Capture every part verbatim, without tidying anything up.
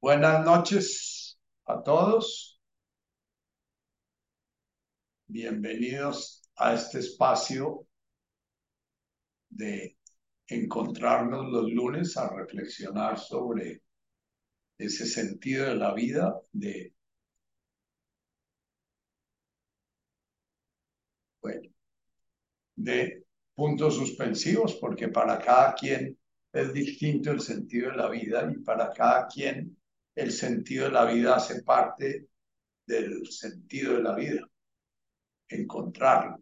Buenas noches a todos. Bienvenidos a este espacio de encontrarnos los lunes a reflexionar sobre ese sentido de la vida, de, bueno, de puntos suspensivos, porque para cada quien es distinto el sentido de la vida y para cada quien el sentido de la vida hace parte del sentido de la vida, encontrarlo.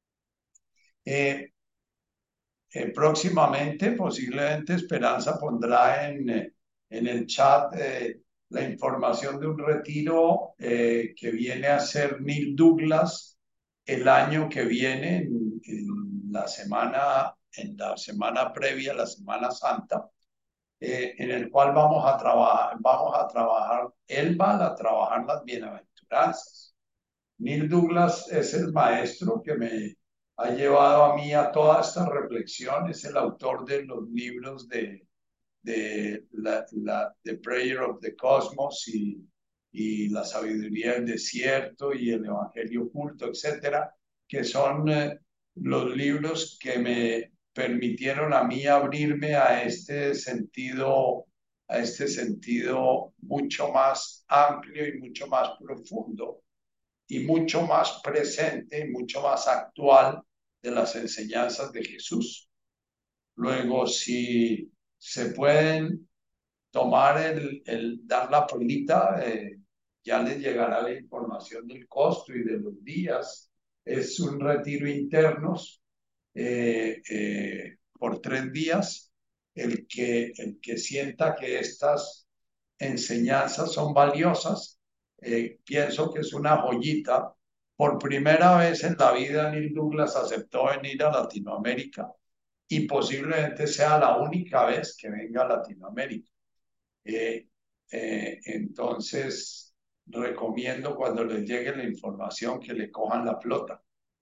Eh, Eh, próximamente, posiblemente Esperanza pondrá en, eh, en el chat eh, la información de un retiro eh, que viene a ser Neil Douglas el año que viene, en, en la semana, en la semana previa a la Semana Santa, eh, en el cual vamos a trabajar, vamos a trabajar, él va a trabajar las bienaventuranzas. Neil Douglas es el maestro que me ha llevado a mí a toda esta reflexión, es el autor de los libros de, de la, la, The Prayer of the Cosmos y, y La Sabiduría del Desierto y el Evangelio Oculto, etcétera, que son eh, los libros que me permitieron a mí abrirme a este sentido, a este sentido mucho más amplio y mucho más profundo y mucho más presente y mucho más actual de las enseñanzas de Jesús. Luego, si se pueden tomar el, el dar la polita, eh, ya les llegará la información del costo y de los días. Es un retiro internos eh, eh, por tres días. El que, el que sienta que estas enseñanzas son valiosas, eh, pienso que es una joyita. Por primera vez en la vida, Neil Douglas aceptó venir a Latinoamérica y posiblemente sea la única vez que venga a Latinoamérica. Eh, eh, entonces, recomiendo cuando les llegue la información que le cojan la flota.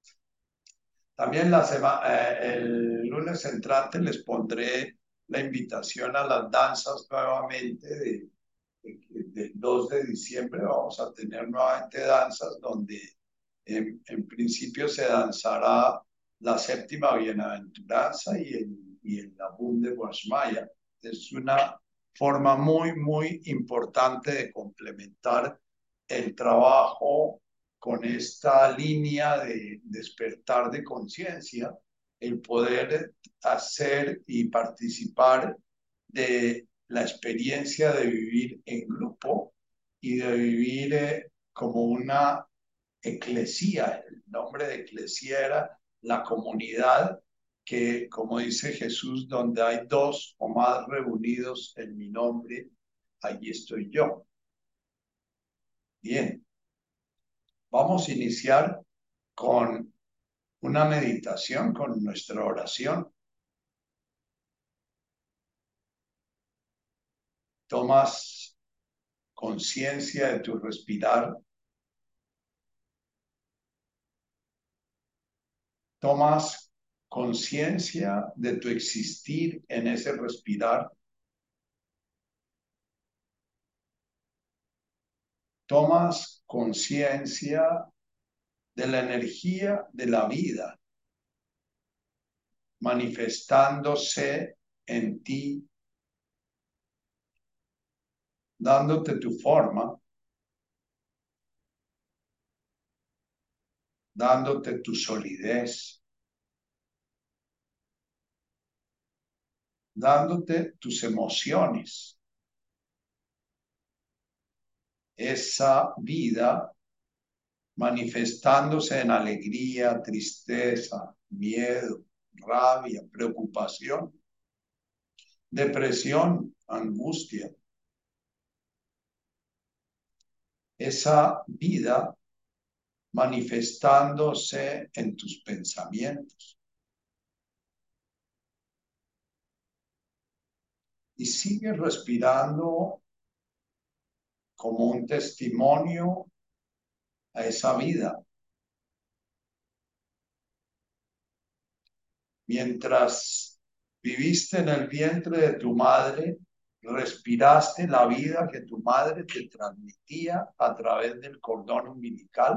También la sema- eh, el lunes entrante les pondré la invitación a las danzas nuevamente de, de- del dos de diciembre. Vamos a tener nuevamente danzas donde en, en principio se danzará la séptima bienaventuranza y el, y el Nahum de Guasmaya. Es una forma muy, muy importante de complementar el trabajo con esta línea de despertar de conciencia, el poder hacer y participar de la experiencia de vivir en grupo y de vivir eh, como una eclesía. El nombre de eclesía era la comunidad que, como dice Jesús, donde hay dos o más reunidos en mi nombre, allí estoy yo. Bien, vamos a iniciar con una meditación, con nuestra oración. Tomas conciencia de tu respirar, tomas conciencia de tu existir en ese respirar, tomas conciencia de la energía de la vida manifestándose en ti, dándote tu forma, dándote tu solidez, dándote tus emociones, esa vida manifestándose en alegría, tristeza, miedo, rabia, preocupación, depresión, angustia. Esa vida manifestándose en tus pensamientos. Y sigues respirando como un testimonio a esa vida. Mientras viviste en el vientre de tu madre, respiraste la vida que tu madre te transmitía a través del cordón umbilical.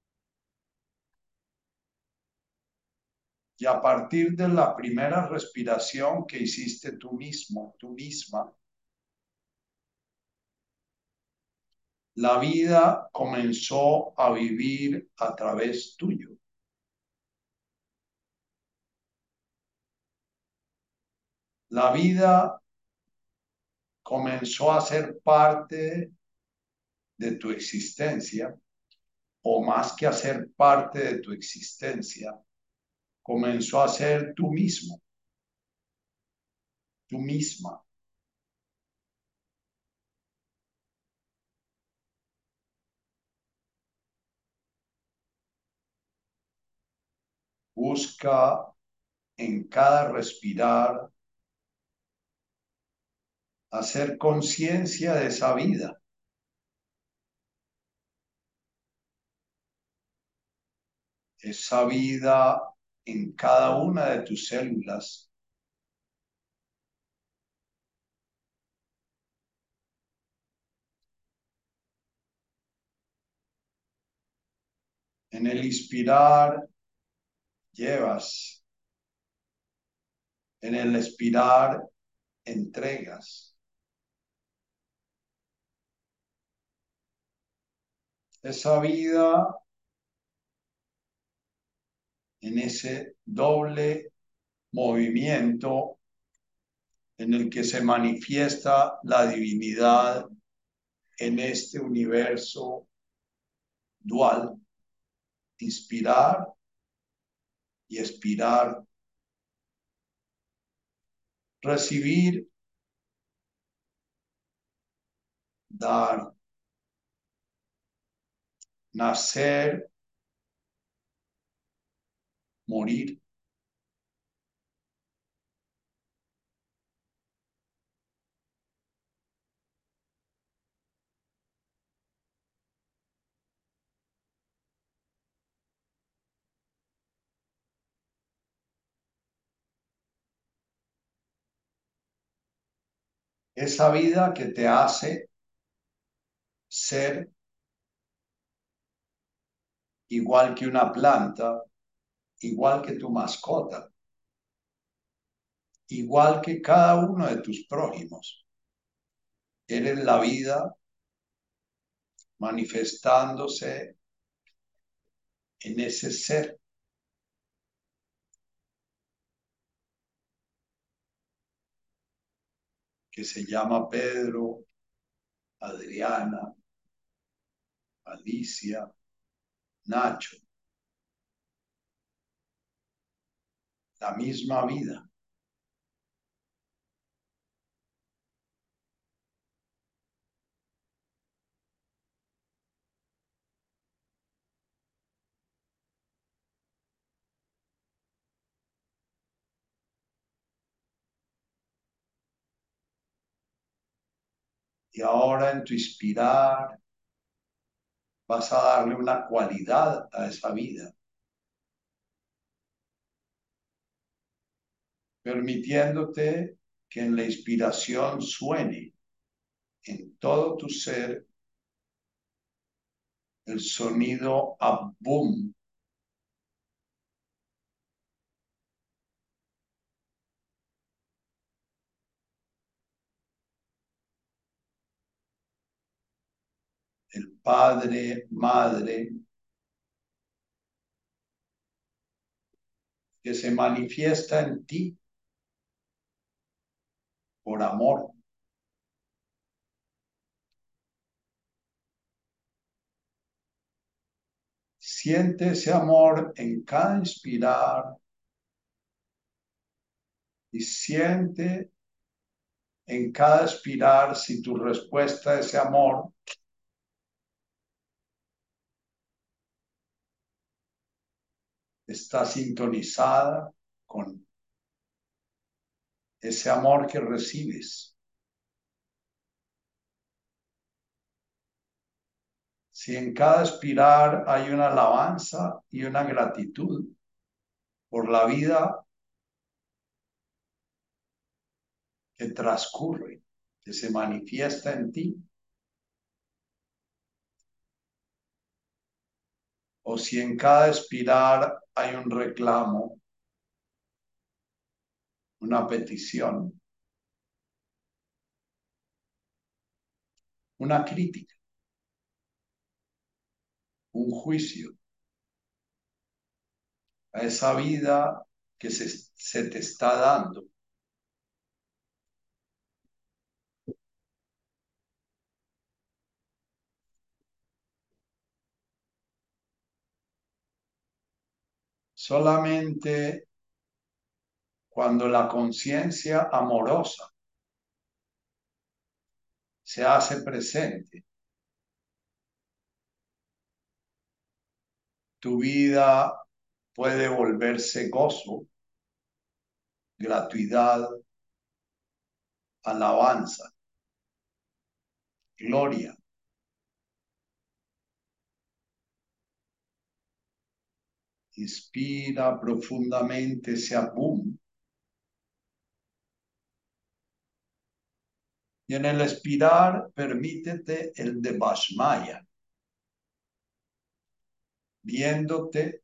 Y a partir de la primera respiración que hiciste tú mismo, tú misma, la vida comenzó a vivir a través tuyo. La vida comenzó a ser parte de tu existencia, o más que a ser parte de tu existencia, comenzó a ser tú mismo, tú misma. Busca en cada respirar hacer conciencia de esa vida, esa vida en cada una de tus células, en el inspirar llevas, en el expirar entregas. Esa vida en ese doble movimiento en el que se manifiesta la divinidad en este universo dual, inspirar y expirar, recibir, dar, nacer, morir. Esa vida que te hace ser igual que una planta, igual que tu mascota, igual que cada uno de tus prójimos. Eres la vida manifestándose en ese ser que se llama Pedro, Adriana, Alicia, Nacho, la misma vida. Y ahora en tu inspirar vas a darle una cualidad a esa vida, permitiéndote que en la inspiración suene en todo tu ser el sonido Abum, el padre, madre, que se manifiesta en ti por amor. Siente ese amor en cada inspirar y siente en cada expirar si tu respuesta a ese amor está sintonizada con ese amor que recibes. Si en cada expirar hay una alabanza y una gratitud por la vida que transcurre, que se manifiesta en ti, o si en cada expirar hay un reclamo, una petición, una crítica, un juicio a esa vida que se, se te está dando. Solamente cuando la conciencia amorosa se hace presente, tu vida puede volverse gozo, gratuidad, alabanza, gloria. Inspira profundamente ese boom. Y en el expirar, permítete el de Vashmaya, viéndote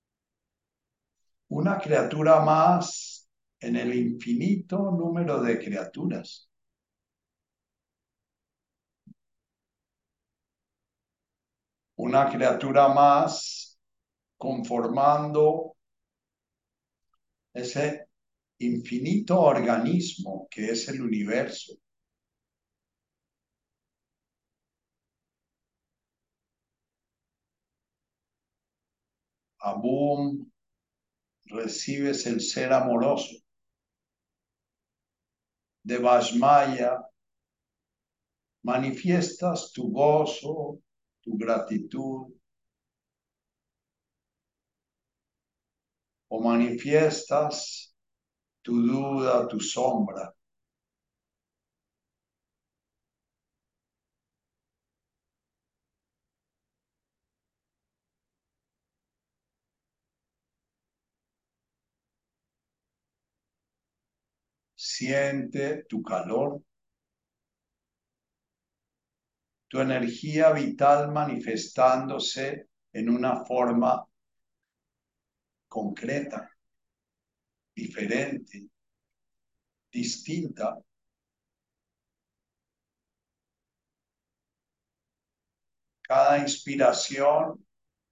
una criatura más en el infinito número de criaturas. Una criatura más conformando ese infinito organismo que es el universo. Abum, recibes el ser amoroso. De Vashmaya, manifiestas tu gozo, tu gratitud, o manifiestas tu duda, tu sombra. Siente tu calor, tu energía vital manifestándose en una forma concreta, diferente, distinta. Cada inspiración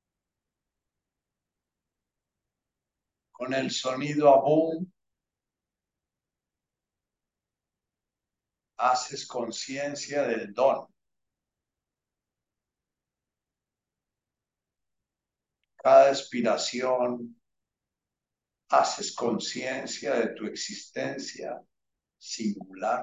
con el sonido abum, haces conciencia del don. Cada expiración haces conciencia de tu existencia singular.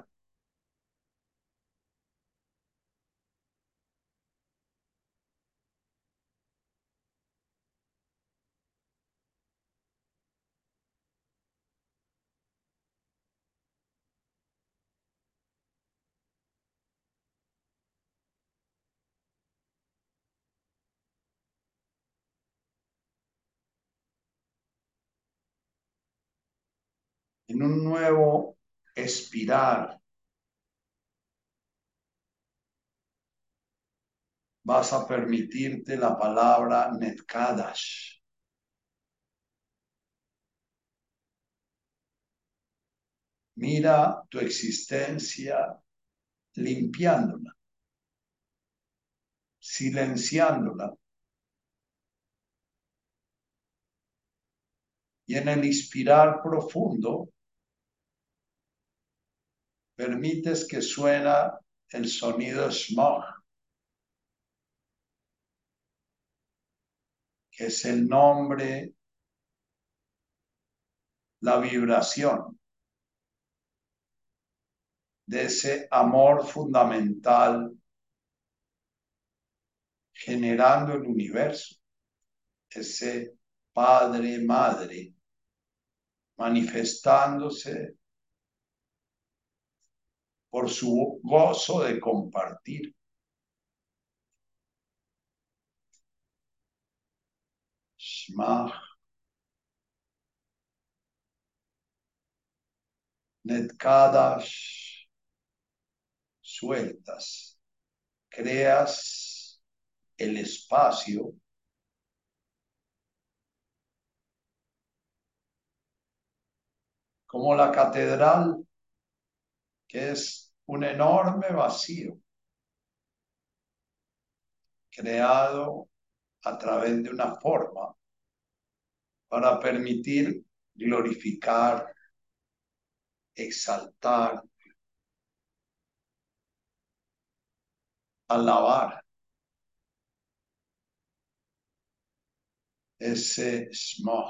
En un nuevo expirar vas a permitirte la palabra Netkadash. Mira tu existencia limpiándola, silenciándola. Y en el inspirar profundo, permites que suena el sonido smog, que es el nombre, la vibración de ese amor fundamental generando el universo, ese padre, madre, manifestándose por su gozo de compartir. Shmach, Netkadash, sueltas, creas el espacio como la catedral, que es un enorme vacío creado a través de una forma para permitir glorificar, exaltar, alabar ese smog,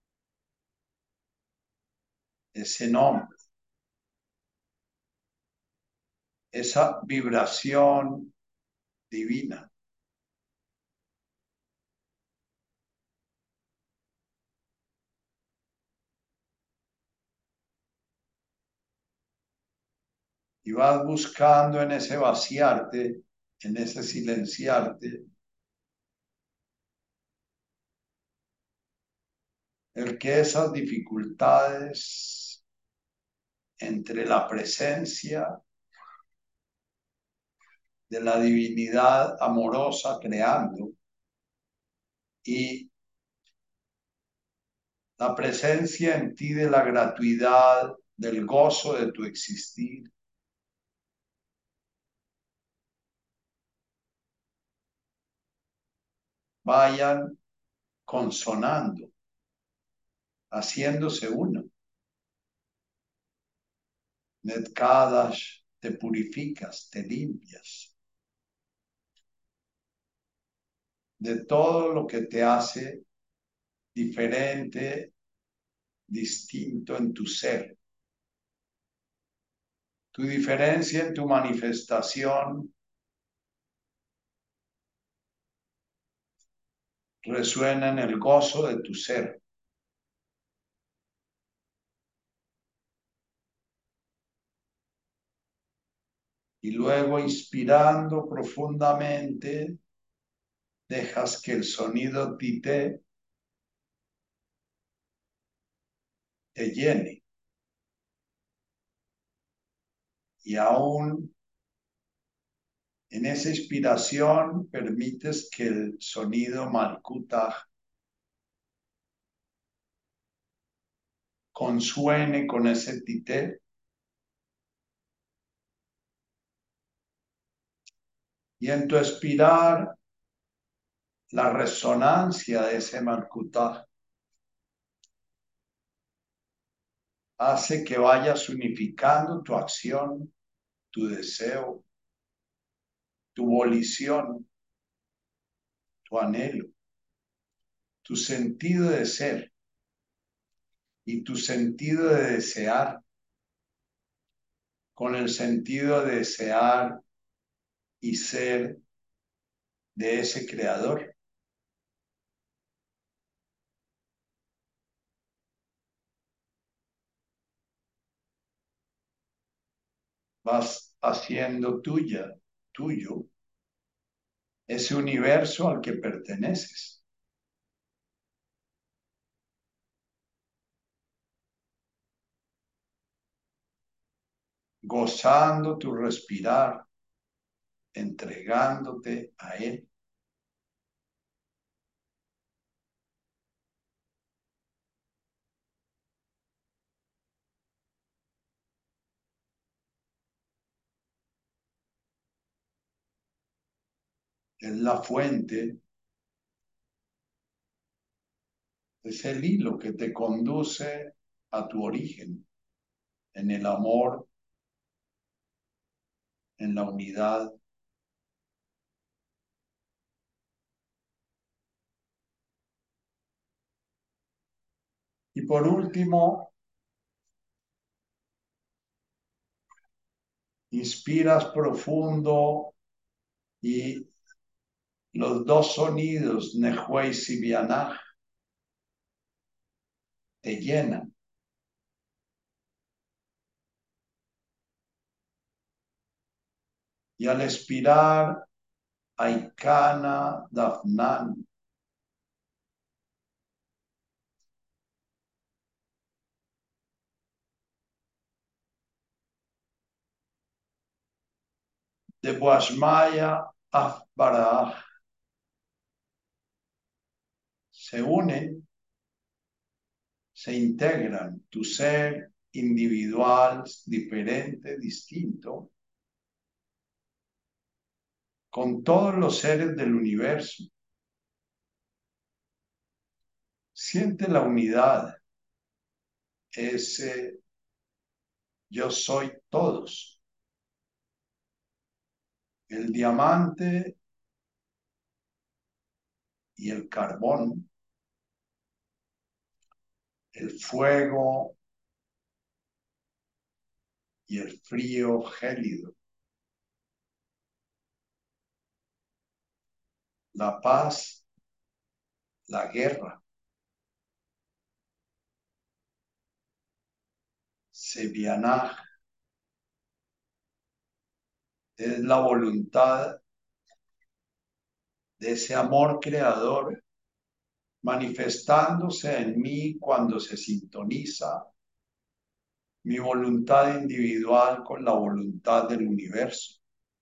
ese nombre, esa vibración divina. Y vas buscando en ese vaciarte, en ese silenciarte, el que esas dificultades entre la presencia de la divinidad amorosa creando y la presencia en ti de la gratuidad, del gozo de tu existir, vayan consonando, haciéndose uno. Netkadash, te purificas, te limpias de todo lo que te hace diferente, distinto en tu ser. Tu diferencia en tu manifestación resuena en el gozo de tu ser. Y luego, inspirando profundamente, dejas que el sonido tité te llene. Y aún en esa inspiración permites que el sonido Malkuta consuene con ese tité. Y en tu expirar, la resonancia de ese Malkuta hace que vayas unificando tu acción, tu deseo, tu volición, tu anhelo, tu sentido de ser y tu sentido de desear con el sentido de desear y ser de ese creador. Vas haciendo tuya, tuyo, ese universo al que perteneces. Gozando tu respirar, entregándote a él. Es la fuente, es el hilo que te conduce a tu origen, en el amor, en la unidad. Y por último, inspiras profundo y los dos sonidos, Nehuei y Sibianaj, te llenan. Y al expirar, Aikana Dafnan, de Boashmaya Afbarah se unen, se integran tu ser individual, diferente, distinto, con todos los seres del universo. Siente la unidad, ese yo soy todos. El diamante y el carbón, el fuego y el frío gélido, la paz, la guerra, Sevianaj, es la voluntad de ese amor creador manifestándose en mí cuando se sintoniza mi voluntad individual con la voluntad del universo.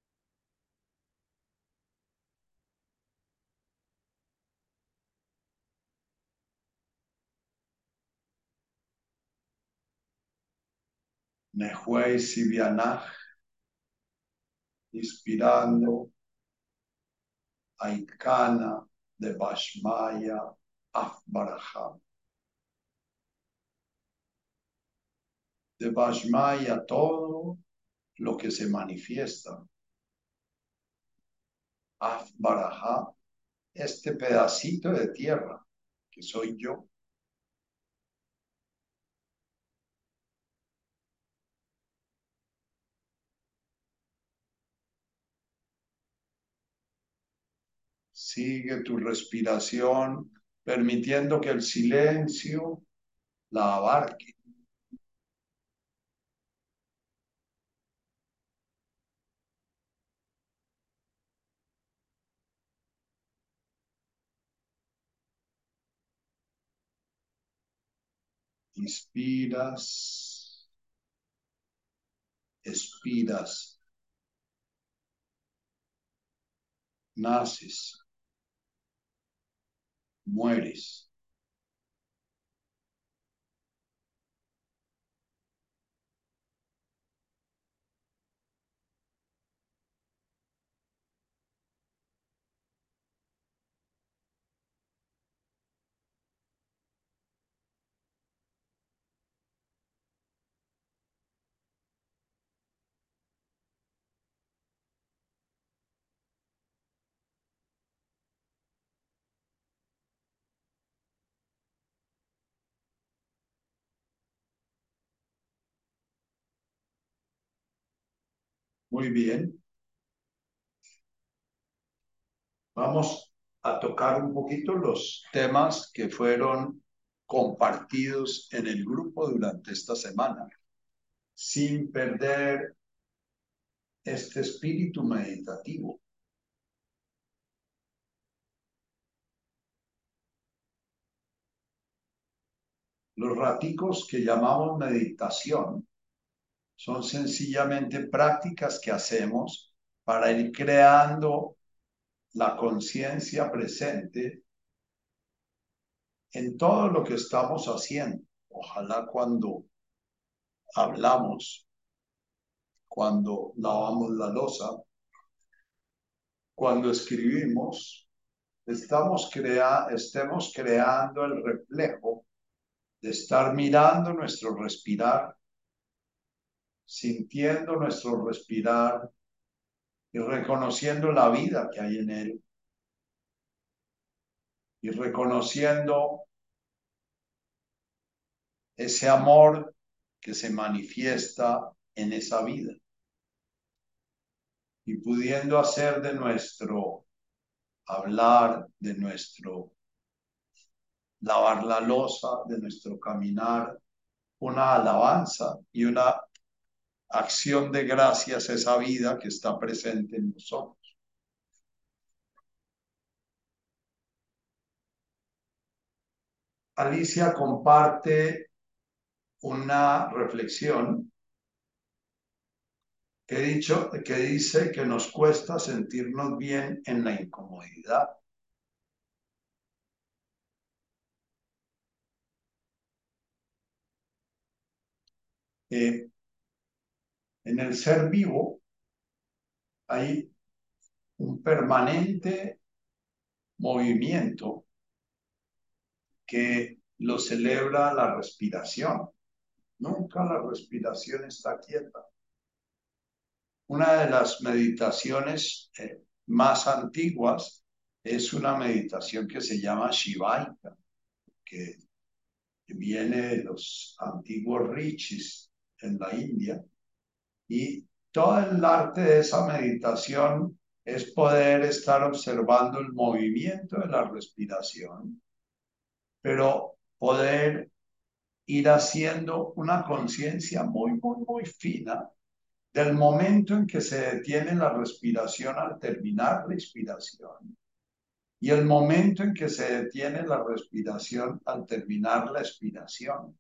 Nehuei Sivianaj, inspirando Aikana de Bashmaya Afbaraham. De Bashmaya todo lo que se manifiesta. Afbaraham, este pedacito de tierra que soy yo. Sigue tu respiración, permitiendo que el silencio la abarque. Inspiras, expiras, naces, mueres. Muy bien. Vamos a tocar un poquito los temas que fueron compartidos en el grupo durante esta semana, sin perder este espíritu meditativo. Los raticos que llamamos meditación son sencillamente prácticas que hacemos para ir creando la conciencia presente en todo lo que estamos haciendo. Ojalá cuando hablamos, cuando lavamos la loza, cuando escribimos, estamos crea estemos creando el reflejo de estar mirando nuestro respirar, sintiendo nuestro respirar y reconociendo la vida que hay en él y reconociendo ese amor que se manifiesta en esa vida y pudiendo hacer de nuestro hablar, de nuestro lavar la loza, de nuestro caminar, una alabanza y una acción de gracias a esa vida que está presente en nosotros. Alicia comparte una reflexión que, dicho, que dice que nos cuesta sentirnos bien en la incomodidad. Eh, en el ser vivo hay un permanente movimiento que lo celebra la respiración. Nunca la respiración está quieta. Una de las meditaciones eh, más antiguas es una meditación que se llama Shivaika, que viene de los antiguos rishis en la India. Y todo el arte de esa meditación es poder estar observando el movimiento de la respiración, pero poder ir haciendo una conciencia muy, muy, muy fina del momento en que se detiene la respiración al terminar la expiración y el momento en que se detiene la respiración al terminar la expiración.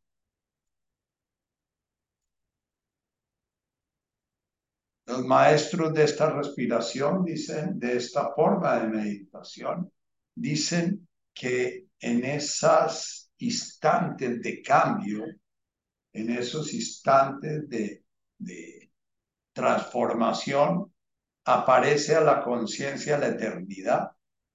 Los maestros de esta respiración dicen, de esta forma de meditación, dicen que en esos instantes de cambio, en esos instantes de, de transformación, aparece a la conciencia la eternidad,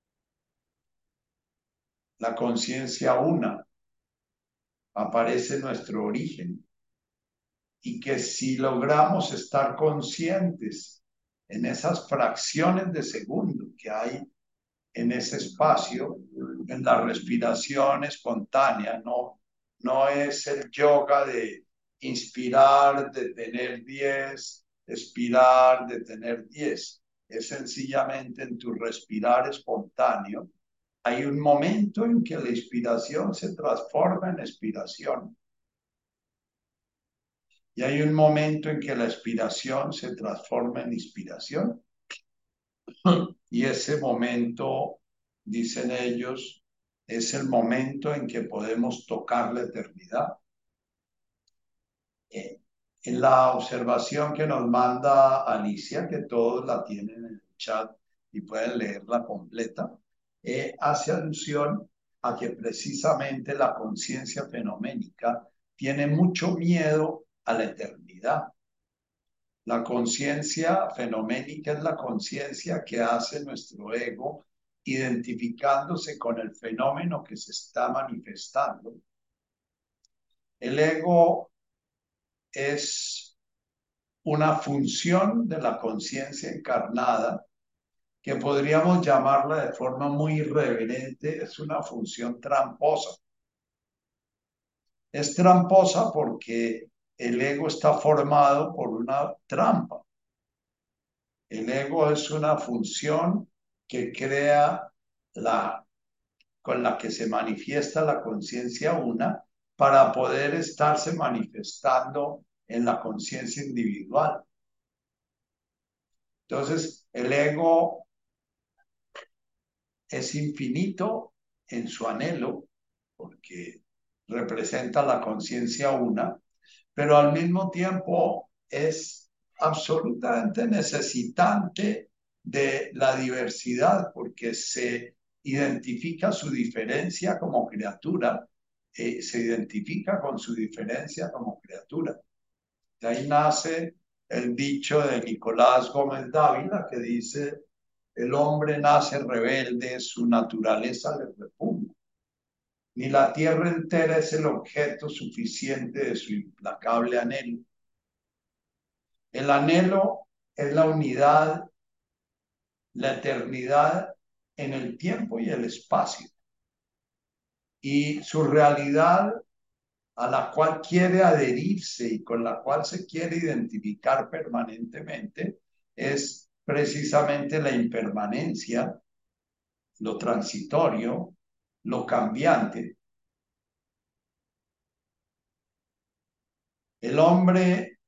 la conciencia una, aparece nuestro origen. Y que si logramos estar conscientes en esas fracciones de segundo que hay en ese espacio, en la respiración espontánea, no, no es el yoga de inspirar, de tener diez, expirar, de tener diez. Es sencillamente en tu respirar espontáneo. Hay un momento en que la inspiración se transforma en expiración. Y hay un momento en que la expiración se transforma en inspiración. Y ese momento, dicen ellos, es el momento en que podemos tocar la eternidad. Eh, en la observación que nos manda Alicia, que todos la tienen en el chat y pueden leerla completa, eh, hace alusión a que precisamente la conciencia fenoménica tiene mucho miedo a la eternidad. La conciencia fenoménica es la conciencia que hace nuestro ego identificándose con el fenómeno que se está manifestando. El ego es una función de la conciencia encarnada que podríamos llamarla de forma muy irreverente, es una función tramposa. Es tramposa porque el ego está formado por una trampa. El ego es una función que crea la, con la que se manifiesta la conciencia una para poder estarse manifestando en la conciencia individual. Entonces, el ego es infinito en su anhelo, porque representa la conciencia una, pero al mismo tiempo es absolutamente necesitante de la diversidad, porque se identifica su diferencia como criatura, eh, se identifica con su diferencia como criatura. De ahí nace el dicho de Nicolás Gómez Dávila que dice, el hombre nace rebelde, su naturaleza le repugna. Ni la tierra entera es el objeto suficiente de su implacable anhelo. El anhelo es la unidad, la eternidad en el tiempo y el espacio. Y su realidad a la cual quiere adherirse y con la cual se quiere identificar permanentemente es precisamente la impermanencia, lo transitorio, lo cambiante. El hombre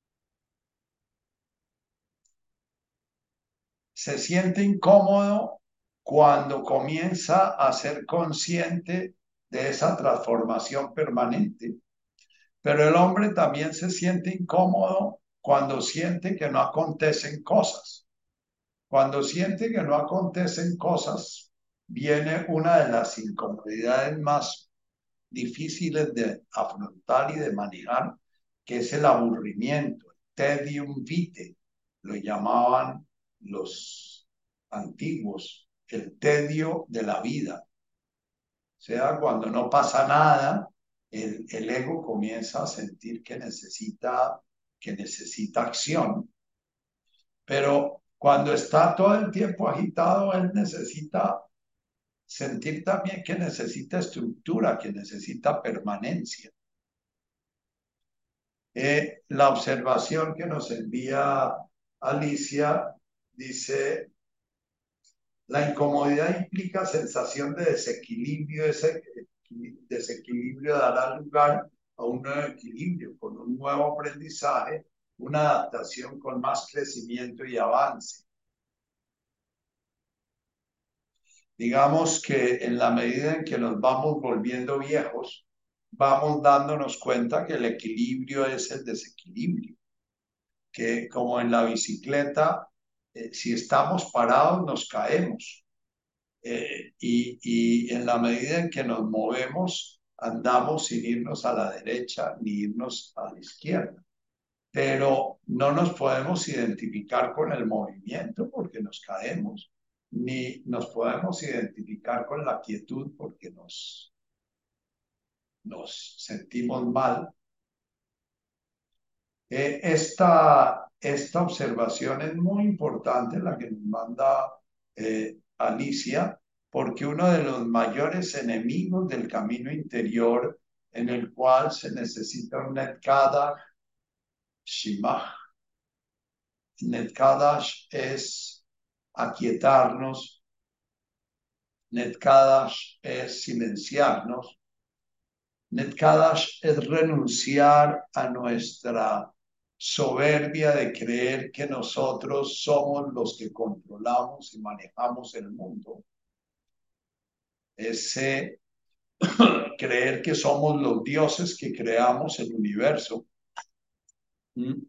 se siente incómodo cuando comienza a ser consciente de esa transformación permanente, pero el hombre también se siente incómodo cuando siente que no acontecen cosas. Cuando siente que no acontecen cosas, viene una de las incomodidades más difíciles de afrontar y de manejar, que es el aburrimiento, el tedium vitae, lo llamaban los antiguos, el tedio de la vida. O sea, cuando no pasa nada, el, el ego comienza a sentir que necesita, que necesita acción, pero cuando está todo el tiempo agitado, él necesita sentir también que necesita estructura, que necesita permanencia. Eh, la observación que nos envía Alicia dice, la incomodidad implica sensación de desequilibrio, ese desequilibrio dará lugar a un nuevo equilibrio, con un nuevo aprendizaje, una adaptación con más crecimiento y avance. Digamos que en la medida en que nos vamos volviendo viejos, vamos dándonos cuenta que el equilibrio es el desequilibrio, que como en la bicicleta, eh, si estamos parados nos caemos, eh, y, y en la medida en que nos movemos, andamos sin irnos a la derecha ni irnos a la izquierda, pero no nos podemos identificar con el movimiento porque nos caemos, ni nos podemos identificar con la quietud porque nos, nos sentimos mal. Eh, esta, esta observación es muy importante, la que nos manda eh, Alicia, porque uno de los mayores enemigos del camino interior en el cual se necesita un Netkada Shimah. Netkadash es aquietarnos, Netkadash es silenciarnos, Netkadash es renunciar a nuestra soberbia de creer que nosotros somos los que controlamos y manejamos el mundo. Ese creer que somos los dioses que creamos el universo. ¿Mm?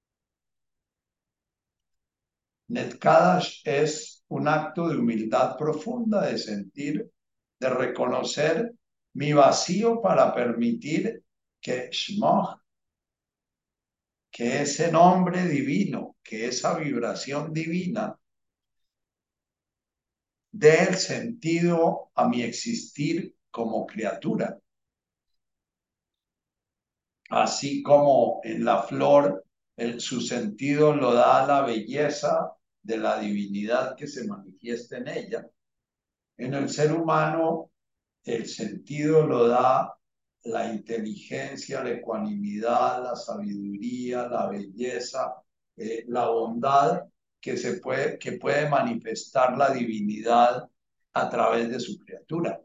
Netkadash es un acto de humildad profunda, de sentir, de reconocer mi vacío para permitir que Shmoh, que ese nombre divino, que esa vibración divina, dé el sentido a mi existir como criatura. Así como en la flor, el, su sentido lo da la belleza de la divinidad que se manifiesta en ella. En el ser humano, el sentido lo da la inteligencia, la ecuanimidad, la sabiduría, la belleza, eh, la bondad que, se puede, que puede manifestar la divinidad a través de su criatura.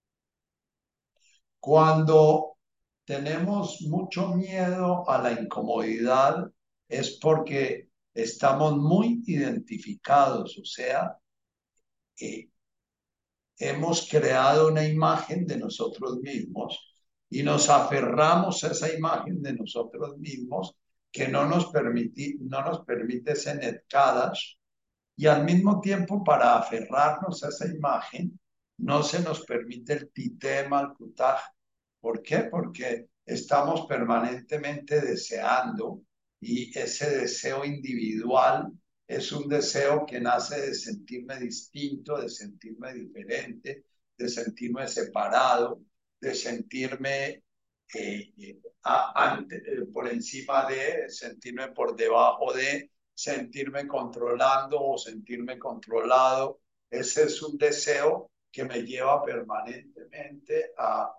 Cuando tenemos mucho miedo a la incomodidad es porque estamos muy identificados, o sea, eh, hemos creado una imagen de nosotros mismos y nos aferramos a esa imagen de nosotros mismos que no nos permite, no nos permite ser netkadas, y al mismo tiempo para aferrarnos a esa imagen no se nos permite el titem al kutaj. ¿Por qué? Porque estamos permanentemente deseando, y ese deseo individual es un deseo que nace de sentirme distinto, de sentirme diferente, de sentirme separado, de sentirme eh, eh, a, ante, eh, por encima de, sentirme por debajo de, sentirme controlando o sentirme controlado. Ese es un deseo que me lleva permanentemente a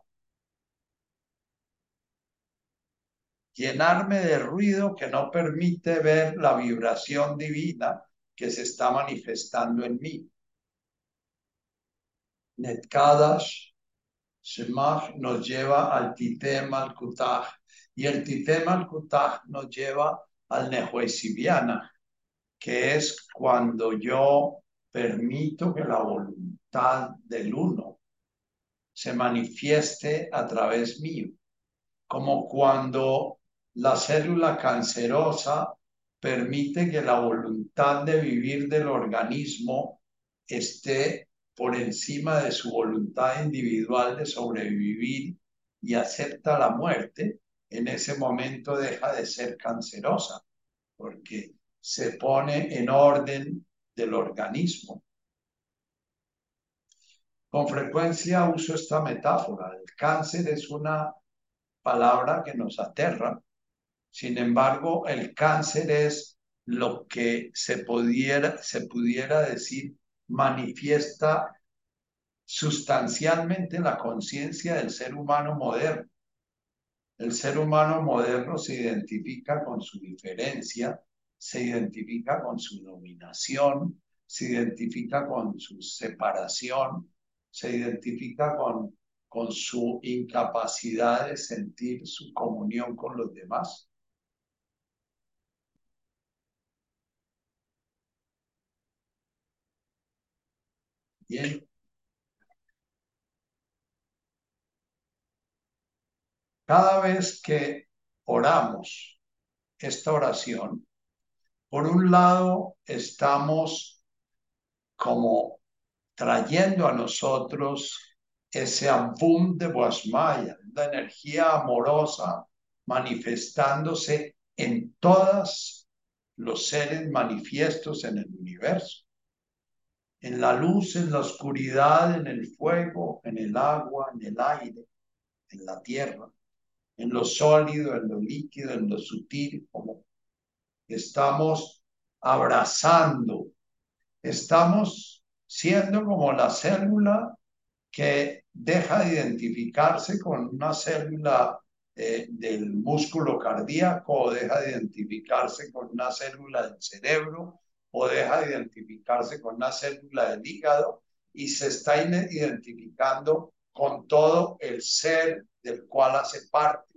llenarme de ruido que no permite ver la vibración divina que se está manifestando en mí. Netkadash Shemach nos lleva al Titem al Kutaj, y el Titem al Kutaj nos lleva al Nehuesibiana, que es cuando yo permito que la voluntad del uno se manifieste a través mío, como cuando La célula cancerosa permite que la voluntad de vivir del organismo esté por encima de su voluntad individual de sobrevivir y acepta la muerte. En ese momento deja de ser cancerosa porque se pone en orden del organismo. Con frecuencia uso esta metáfora. El cáncer es una palabra que nos aterra. Sin embargo, el cáncer es lo que se pudiera, se pudiera decir manifiesta sustancialmente la conciencia del ser humano moderno. El ser humano moderno se identifica con su diferencia, se identifica con su dominación, se identifica con su separación, se identifica con, con su incapacidad de sentir su comunión con los demás. Bien, cada vez que oramos esta oración, por un lado estamos como trayendo a nosotros ese abum de Guasmaya, la energía amorosa manifestándose en todos los seres manifiestos en el universo, en la luz, en la oscuridad, en el fuego, en el agua, en el aire, en la tierra, en lo sólido, en lo líquido, en lo sutil, como estamos abrazando, estamos siendo como la célula que deja de identificarse con una célula eh, del músculo cardíaco o deja de identificarse con una célula del cerebro o deja de identificarse con una célula del hígado y se está identificando con todo el ser del cual hace parte.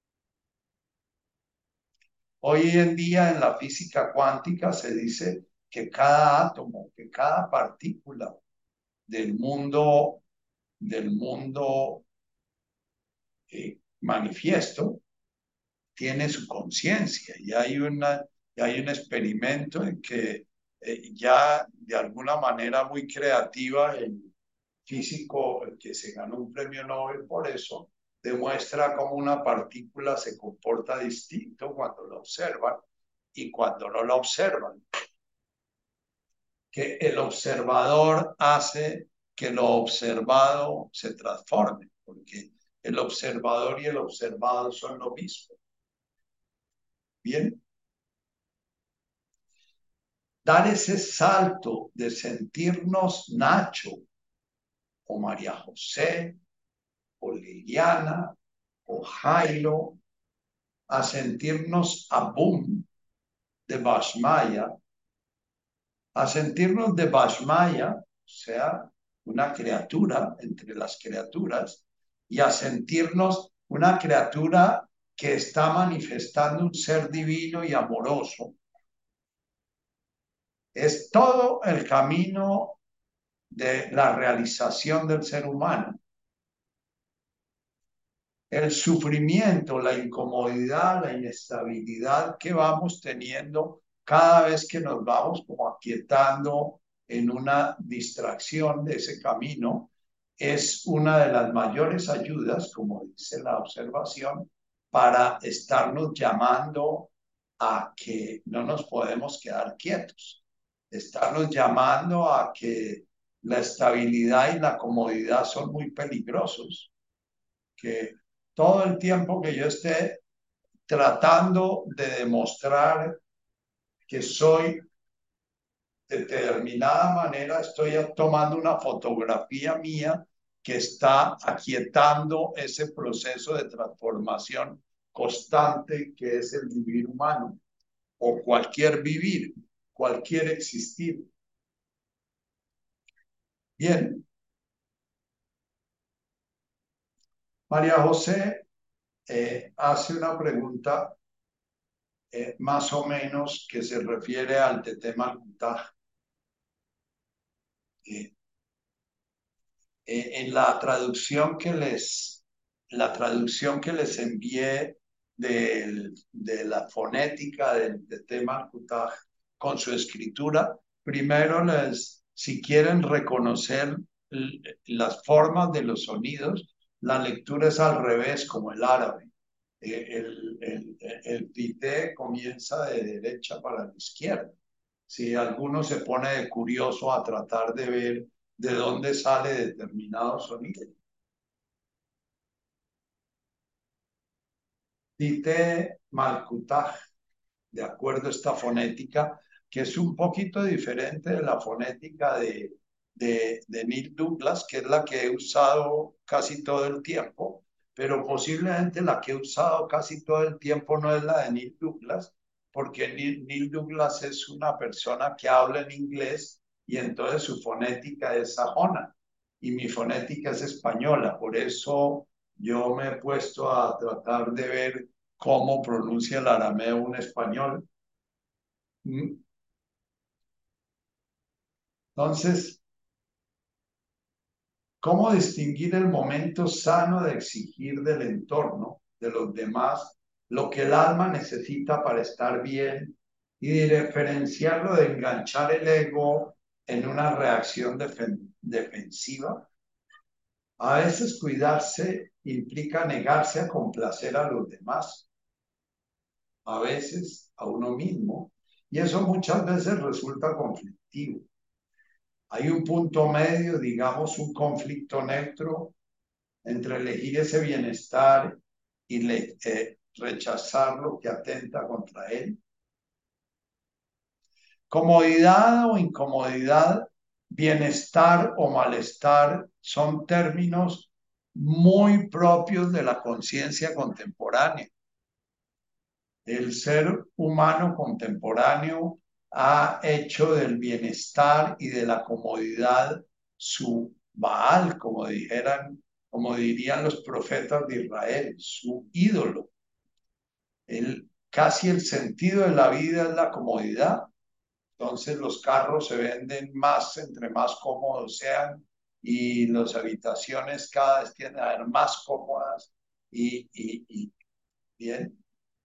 Hoy en día en la física cuántica se dice que cada átomo, que cada partícula del mundo, del mundo eh, manifiesto tiene su conciencia y hay, una, y hay un experimento en que eh, ya de alguna manera muy creativa el físico el que se ganó un premio Nobel por eso demuestra cómo una partícula se comporta distinto cuando la observan y cuando no la observan, que el observador hace que lo observado se transforme, porque el observador y el observado son lo mismo. Bien, dar ese salto de sentirnos Nacho o María José o Liliana o Jairo a sentirnos Abum de Bashmaya, a sentirnos de Bashmaya, o sea, una criatura entre las criaturas, y a sentirnos una criatura que está manifestando un ser divino y amoroso. Es todo el camino de la realización del ser humano. El sufrimiento, la incomodidad, la inestabilidad que vamos teniendo cada vez que nos vamos como aquietando en una distracción de ese camino, es una de las mayores ayudas, como dice la observación, para estarnos llamando a que no nos podemos quedar quietos, estarnos llamando a que la estabilidad y la comodidad son muy peligrosos, que todo el tiempo que yo esté tratando de demostrar que soy de determinada manera, estoy tomando una fotografía mía que está aquietando ese proceso de transformación constante que es el vivir humano o cualquier vivir, cualquier existir. Bien, María José eh, hace una pregunta eh, más o menos que se refiere al Tetema al eh, eh, en la traducción que les, la traducción que les envié del- de la fonética del, del tema Kutaj con su escritura, primero les, si quieren reconocer l- las formas de los sonidos, la lectura es al revés, como el árabe. Eh, El, el, el pité comienza de derecha para la izquierda. Si alguno se pone de curioso a tratar de ver de dónde sale determinado sonido. Pité Malkutaj, de acuerdo a esta fonética, que es un poquito diferente de la fonética de, de, de Neil Douglas, que es la que he usado casi todo el tiempo, pero posiblemente la que he usado casi todo el tiempo no es la de Neil Douglas, porque Neil, Neil Douglas es una persona que habla en inglés y entonces su fonética es sajona y mi fonética es española. Por eso yo me he puesto a tratar de ver cómo pronuncia el arameo un español. Entonces, ¿cómo distinguir el momento sano de exigir del entorno, de los demás, lo que el alma necesita para estar bien y diferenciarlo de enganchar el ego en una reacción defen defensiva? A veces cuidarse implica negarse a complacer a los demás, a veces a uno mismo, y eso muchas veces resulta conflictivo. Hay un punto medio, digamos, un conflicto neutro entre elegir ese bienestar y le, eh, rechazar lo que atenta contra él. Comodidad o incomodidad, bienestar o malestar son términos muy propios de la conciencia contemporánea. El ser humano contemporáneo ha hecho del bienestar y de la comodidad su Baal, como dijeran, como dirían los profetas de Israel, su ídolo. El, casi el sentido de la vida es la comodidad. Entonces los carros se venden más, entre más cómodos sean, y las habitaciones cada vez tienden a ser más cómodas y, y, y bien.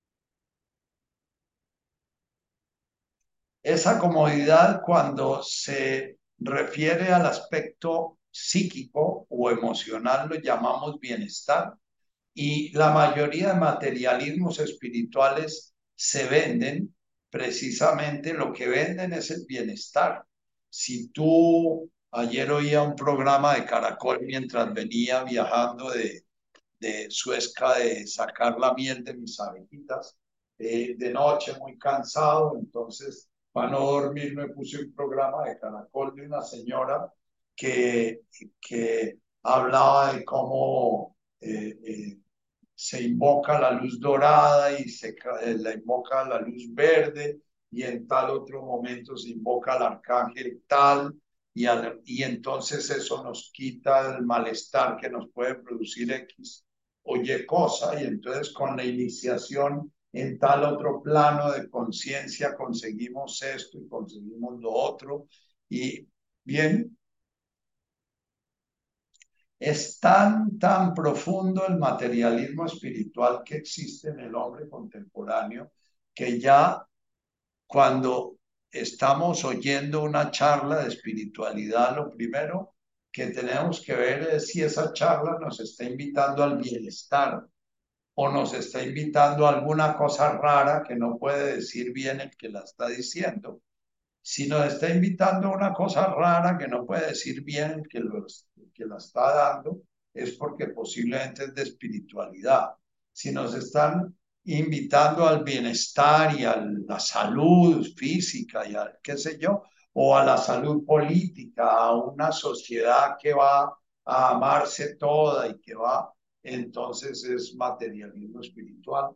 Esa comodidad, cuando se refiere al aspecto psíquico o emocional, lo llamamos bienestar. Y la mayoría de materialismos espirituales se venden, precisamente lo que venden es el bienestar. Si tú, ayer oía un programa de Caracol mientras venía viajando de, de Suezca, de sacar la miel de mis abejitas, eh, de noche muy cansado, entonces para no dormir me puse un programa de Caracol de una señora que, que hablaba de cómo eh, eh, se invoca la luz dorada y se eh, la invoca la luz verde, y en tal otro momento se invoca al arcángel tal, y, al, y entonces eso nos quita el malestar que nos puede producir X o Y cosa, y entonces con la iniciación en tal otro plano de conciencia conseguimos esto y conseguimos lo otro, y bien, es tan, tan profundo el materialismo espiritual que existe en el hombre contemporáneo que ya cuando estamos oyendo una charla de espiritualidad, lo primero que tenemos que ver es si esa charla nos está invitando al bienestar o nos está invitando a alguna cosa rara que no puede decir bien el que la está diciendo. Si nos está invitando a una cosa rara que no puede decir bien el que, lo, el que la está dando, es porque posiblemente es de espiritualidad. Si nos están invitando al bienestar y a la salud física y a qué sé yo, o a la salud política, a una sociedad que va a amarse toda y que va, entonces es materialismo espiritual.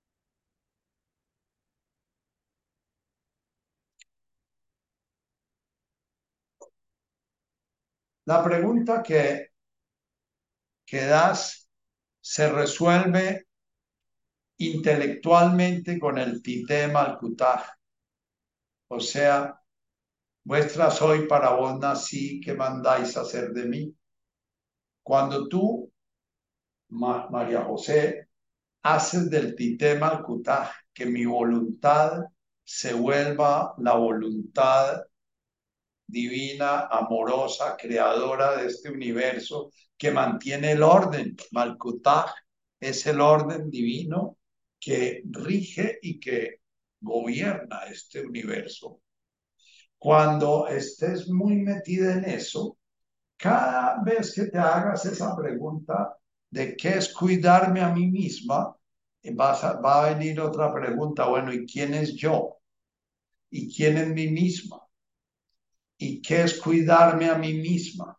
La pregunta que, que das se resuelve intelectualmente con el tité Malkutaj. O sea, vuestra soy, para vos nací, ¿qué mandáis hacer de mí? Cuando tú, Ma María José, haces del Titema al Kutaj, que mi voluntad se vuelva la voluntad divina, amorosa, creadora de este universo, que mantiene el orden. Malkutaj es el orden divino que rige y que gobierna este universo. Cuando estés muy metida en eso, cada vez que te hagas esa pregunta de qué es cuidarme a mí misma, vas a, va a venir otra pregunta, bueno, ¿y quién es yo? ¿Y quién es mí misma? ¿Y qué es cuidarme a mí misma?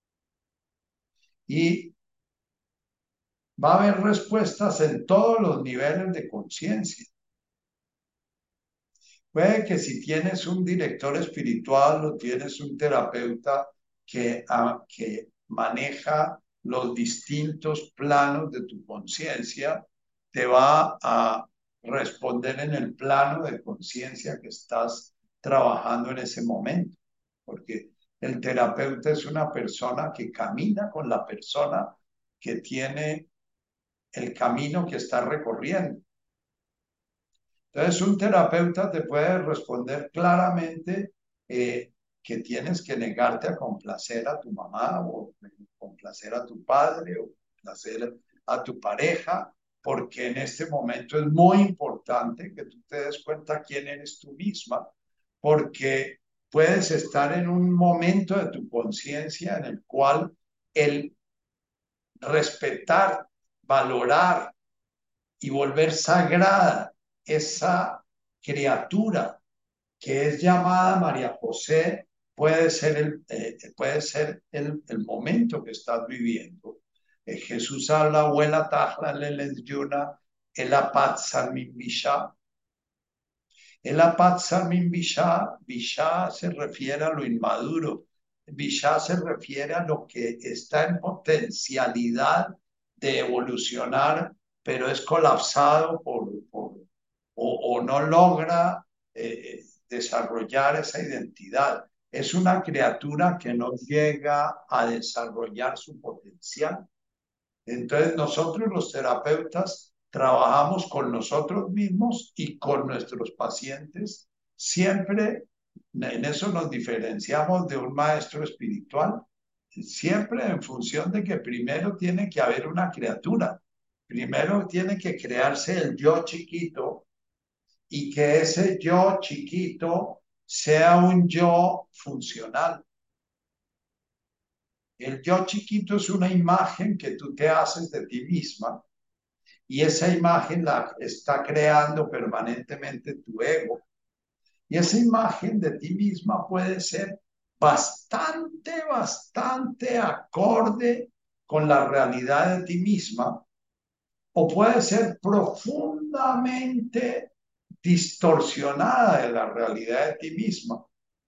Y va a haber respuestas en todos los niveles de conciencia. Puede que si tienes un director espiritual o tienes un terapeuta que, a, que maneja los distintos planos de tu conciencia, te va a responder en el plano de conciencia que estás trabajando en ese momento. Porque el terapeuta es una persona que camina con la persona que tiene el camino que está recorriendo. Entonces, un terapeuta te puede responder claramente eh, que tienes que negarte a complacer a tu mamá o complacer a tu padre o complacer a tu pareja, porque en este momento es muy importante que tú te des cuenta quién eres tú misma, porque puedes estar en un momento de tu conciencia en el cual el respetar, valorar y volver sagrada esa criatura que es llamada María José puede ser el, eh, puede ser el, el momento que estás viviendo. Eh, Jesús habla, abuela tajla leles yuna, el apatza min bisha. El apatza min bisha, bisha se refiere a lo inmaduro. Bisha se refiere a lo que está en potencialidad de evolucionar, pero es colapsado por, por o, o, no logra eh, desarrollar esa identidad. Es una criatura que no llega a desarrollar su potencial. Entonces nosotros los terapeutas trabajamos con nosotros mismos y con nuestros pacientes. Siempre en eso nos diferenciamos de un maestro espiritual. Siempre en función de que primero tiene que haber una criatura. Primero tiene que crearse el yo chiquito y que ese yo chiquito sea un yo funcional. El yo chiquito es una imagen que tú te haces de ti misma y esa imagen la está creando permanentemente tu ego. Y esa imagen de ti misma puede ser bastante, bastante acorde con la realidad de ti misma o puede ser profundamente distorsionada de la realidad de ti misma.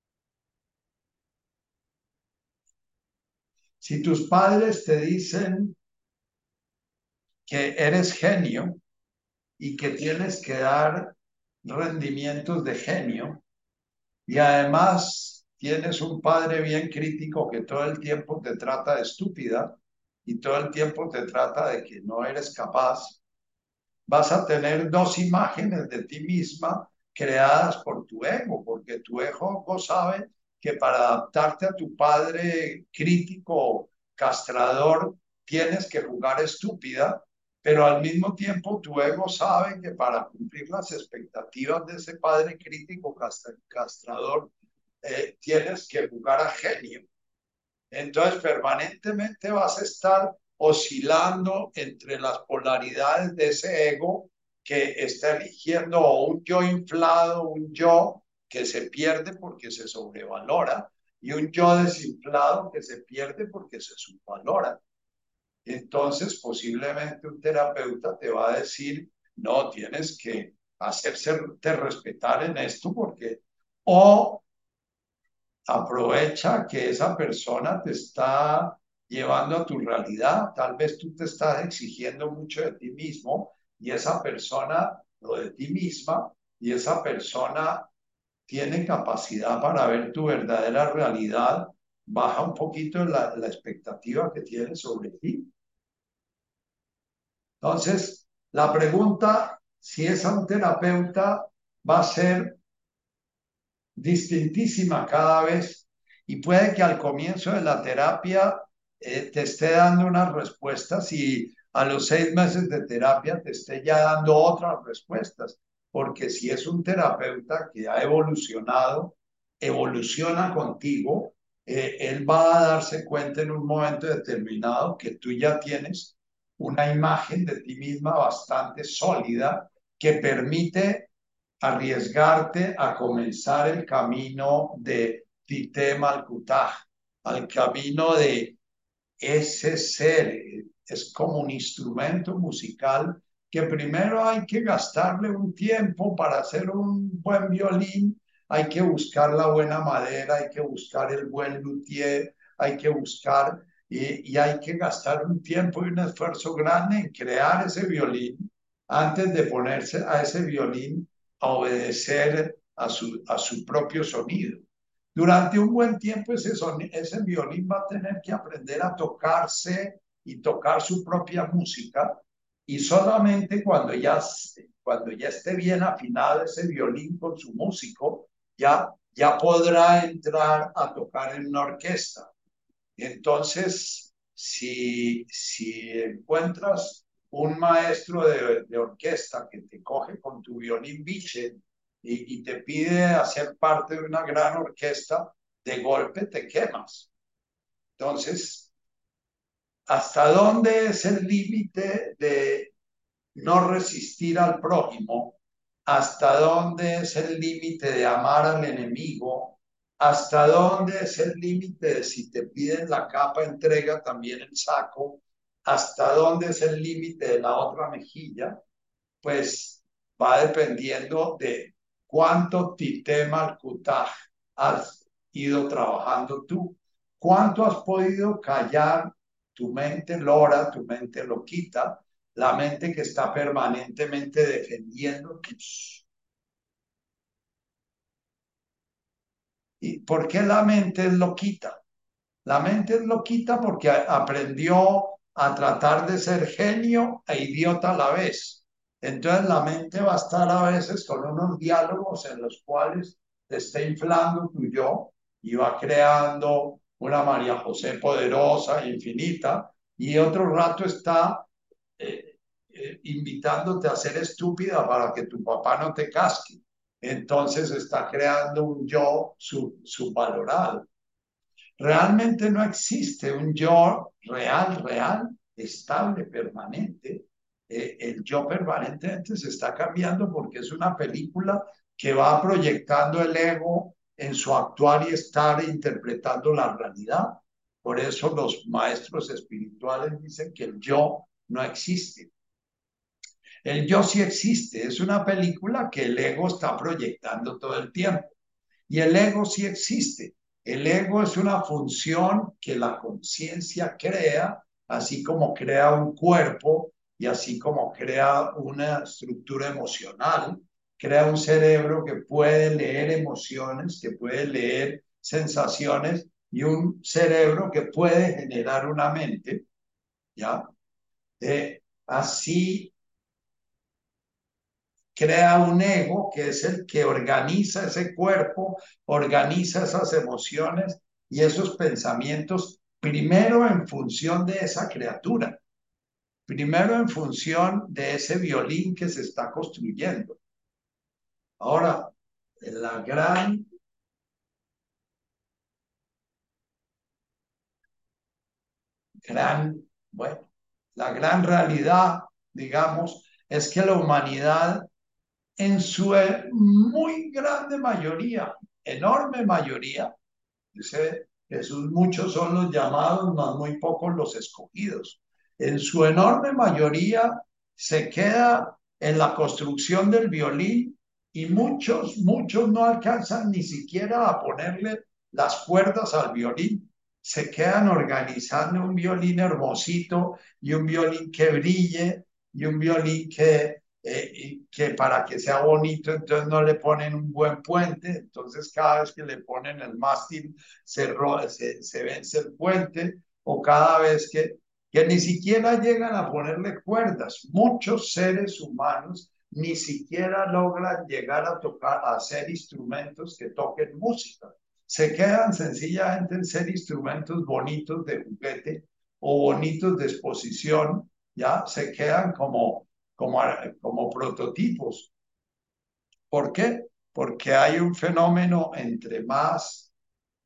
Si tus padres te dicen que eres genio y que tienes que dar rendimientos de genio y además tienes un padre bien crítico que todo el tiempo te trata de estúpida y todo el tiempo te trata de que no eres capaz, vas a tener dos imágenes de ti misma creadas por tu ego, porque tu ego sabe que para adaptarte a tu padre crítico, castrador, tienes que jugar estúpida, pero al mismo tiempo tu ego sabe que para cumplir las expectativas de ese padre crítico, castrador, eh, tienes que jugar a genio. Entonces, permanentemente vas a estar oscilando entre las polaridades de ese ego que está eligiendo un yo inflado, un yo que se pierde porque se sobrevalora y un yo desinflado que se pierde porque se subvalora. Entonces, posiblemente un terapeuta te va a decir, no, tienes que hacerse respetar en esto porque o aprovecha que esa persona te está llevando a tu realidad. Tal vez tú te estás exigiendo mucho de ti mismo y esa persona lo de ti misma y esa persona tiene capacidad para ver tu verdadera realidad. Baja un poquito la, la expectativa que tienes sobre ti. Entonces, La pregunta, si es a un terapeuta, va a ser distintísima cada vez y puede que al comienzo de la terapia eh, te esté dando unas respuestas y a los seis meses de terapia te esté ya dando otras respuestas, porque si es un terapeuta que ha evolucionado, evoluciona contigo, eh, él va a darse cuenta en un momento determinado que tú ya tienes una imagen de ti misma bastante sólida que permite arriesgarte a comenzar el camino de Tite Malkutaj, al camino de ese ser. Es como un instrumento musical que primero hay que gastarle un tiempo para hacer un buen violín, hay que buscar la buena madera, hay que buscar el buen luthier, hay que buscar y, y hay que gastar un tiempo y un esfuerzo grande en crear ese violín antes de ponerse a ese violín a obedecer a su, a su propio sonido. Durante un buen tiempo ese, son, ese violín va a tener que aprender a tocarse y tocar su propia música y solamente cuando ya, cuando ya esté bien afinado ese violín con su músico, ya, ya podrá entrar a tocar en una orquesta. Entonces, si, si encuentras un maestro de, de orquesta que te coge con tu violín biche y, y te pide hacer parte de una gran orquesta, de golpe te quemas. Entonces, ¿hasta dónde es el límite de no resistir al prójimo? ¿Hasta dónde es el límite de amar al enemigo? ¿Hasta dónde es el límite de si te piden la capa, entrega también el saco? ¿Hasta dónde es el límite de la otra mejilla? Pues va dependiendo de cuánto titema al kutaj has ido trabajando tú. ¿Cuánto has podido callar tu mente lora, tu mente loquita, la mente que está permanentemente defendiendo tus... ¿Y por qué la mente es loquita? La mente es loquita porque aprendió a tratar de ser genio e idiota a la vez. Entonces la mente va a estar a veces con unos diálogos en los cuales te está inflando tu yo y va creando una María José poderosa, infinita, y otro rato está eh, eh, invitándote a ser estúpida para que tu papá no te casque. Entonces está creando un yo sub, subvalorado. Realmente no existe un yo real, real, estable, permanente. Eh, el yo permanentemente se está cambiando porque es una película que va proyectando el ego en su actuar y estar interpretando la realidad. Por eso los maestros espirituales dicen que el yo no existe. El yo sí existe, es una película que el ego está proyectando todo el tiempo. Y el ego sí existe. El ego es una función que la conciencia crea, así como crea un cuerpo y así como crea una estructura emocional, crea un cerebro que puede leer emociones, que puede leer sensaciones y un cerebro que puede generar una mente, ¿ya? Eh, así crea un ego que es el que organiza ese cuerpo, organiza esas emociones y esos pensamientos, primero en función de esa criatura, primero en función de ese violín que se está construyendo. Ahora, la gran, gran, bueno, la gran realidad, digamos, es que la humanidad en su muy grande mayoría, enorme mayoría, dice Jesús, muchos son los llamados, mas muy pocos los escogidos. En su enorme mayoría se queda en la construcción del violín y muchos, muchos no alcanzan ni siquiera a ponerle las cuerdas al violín. Se quedan organizando un violín hermosito y un violín que brille y un violín que eh, que para que sea bonito, entonces no le ponen un buen puente, entonces cada vez que le ponen el mástil se, se, se vence el puente, o cada vez que, que ni siquiera llegan a ponerle cuerdas. Muchos seres humanos ni siquiera logran llegar a tocar, a hacer instrumentos que toquen música. Se quedan sencillamente en ser instrumentos bonitos de juguete o bonitos de exposición, ya se quedan como, como, como prototipos. ¿Por qué? Porque hay un fenómeno entre más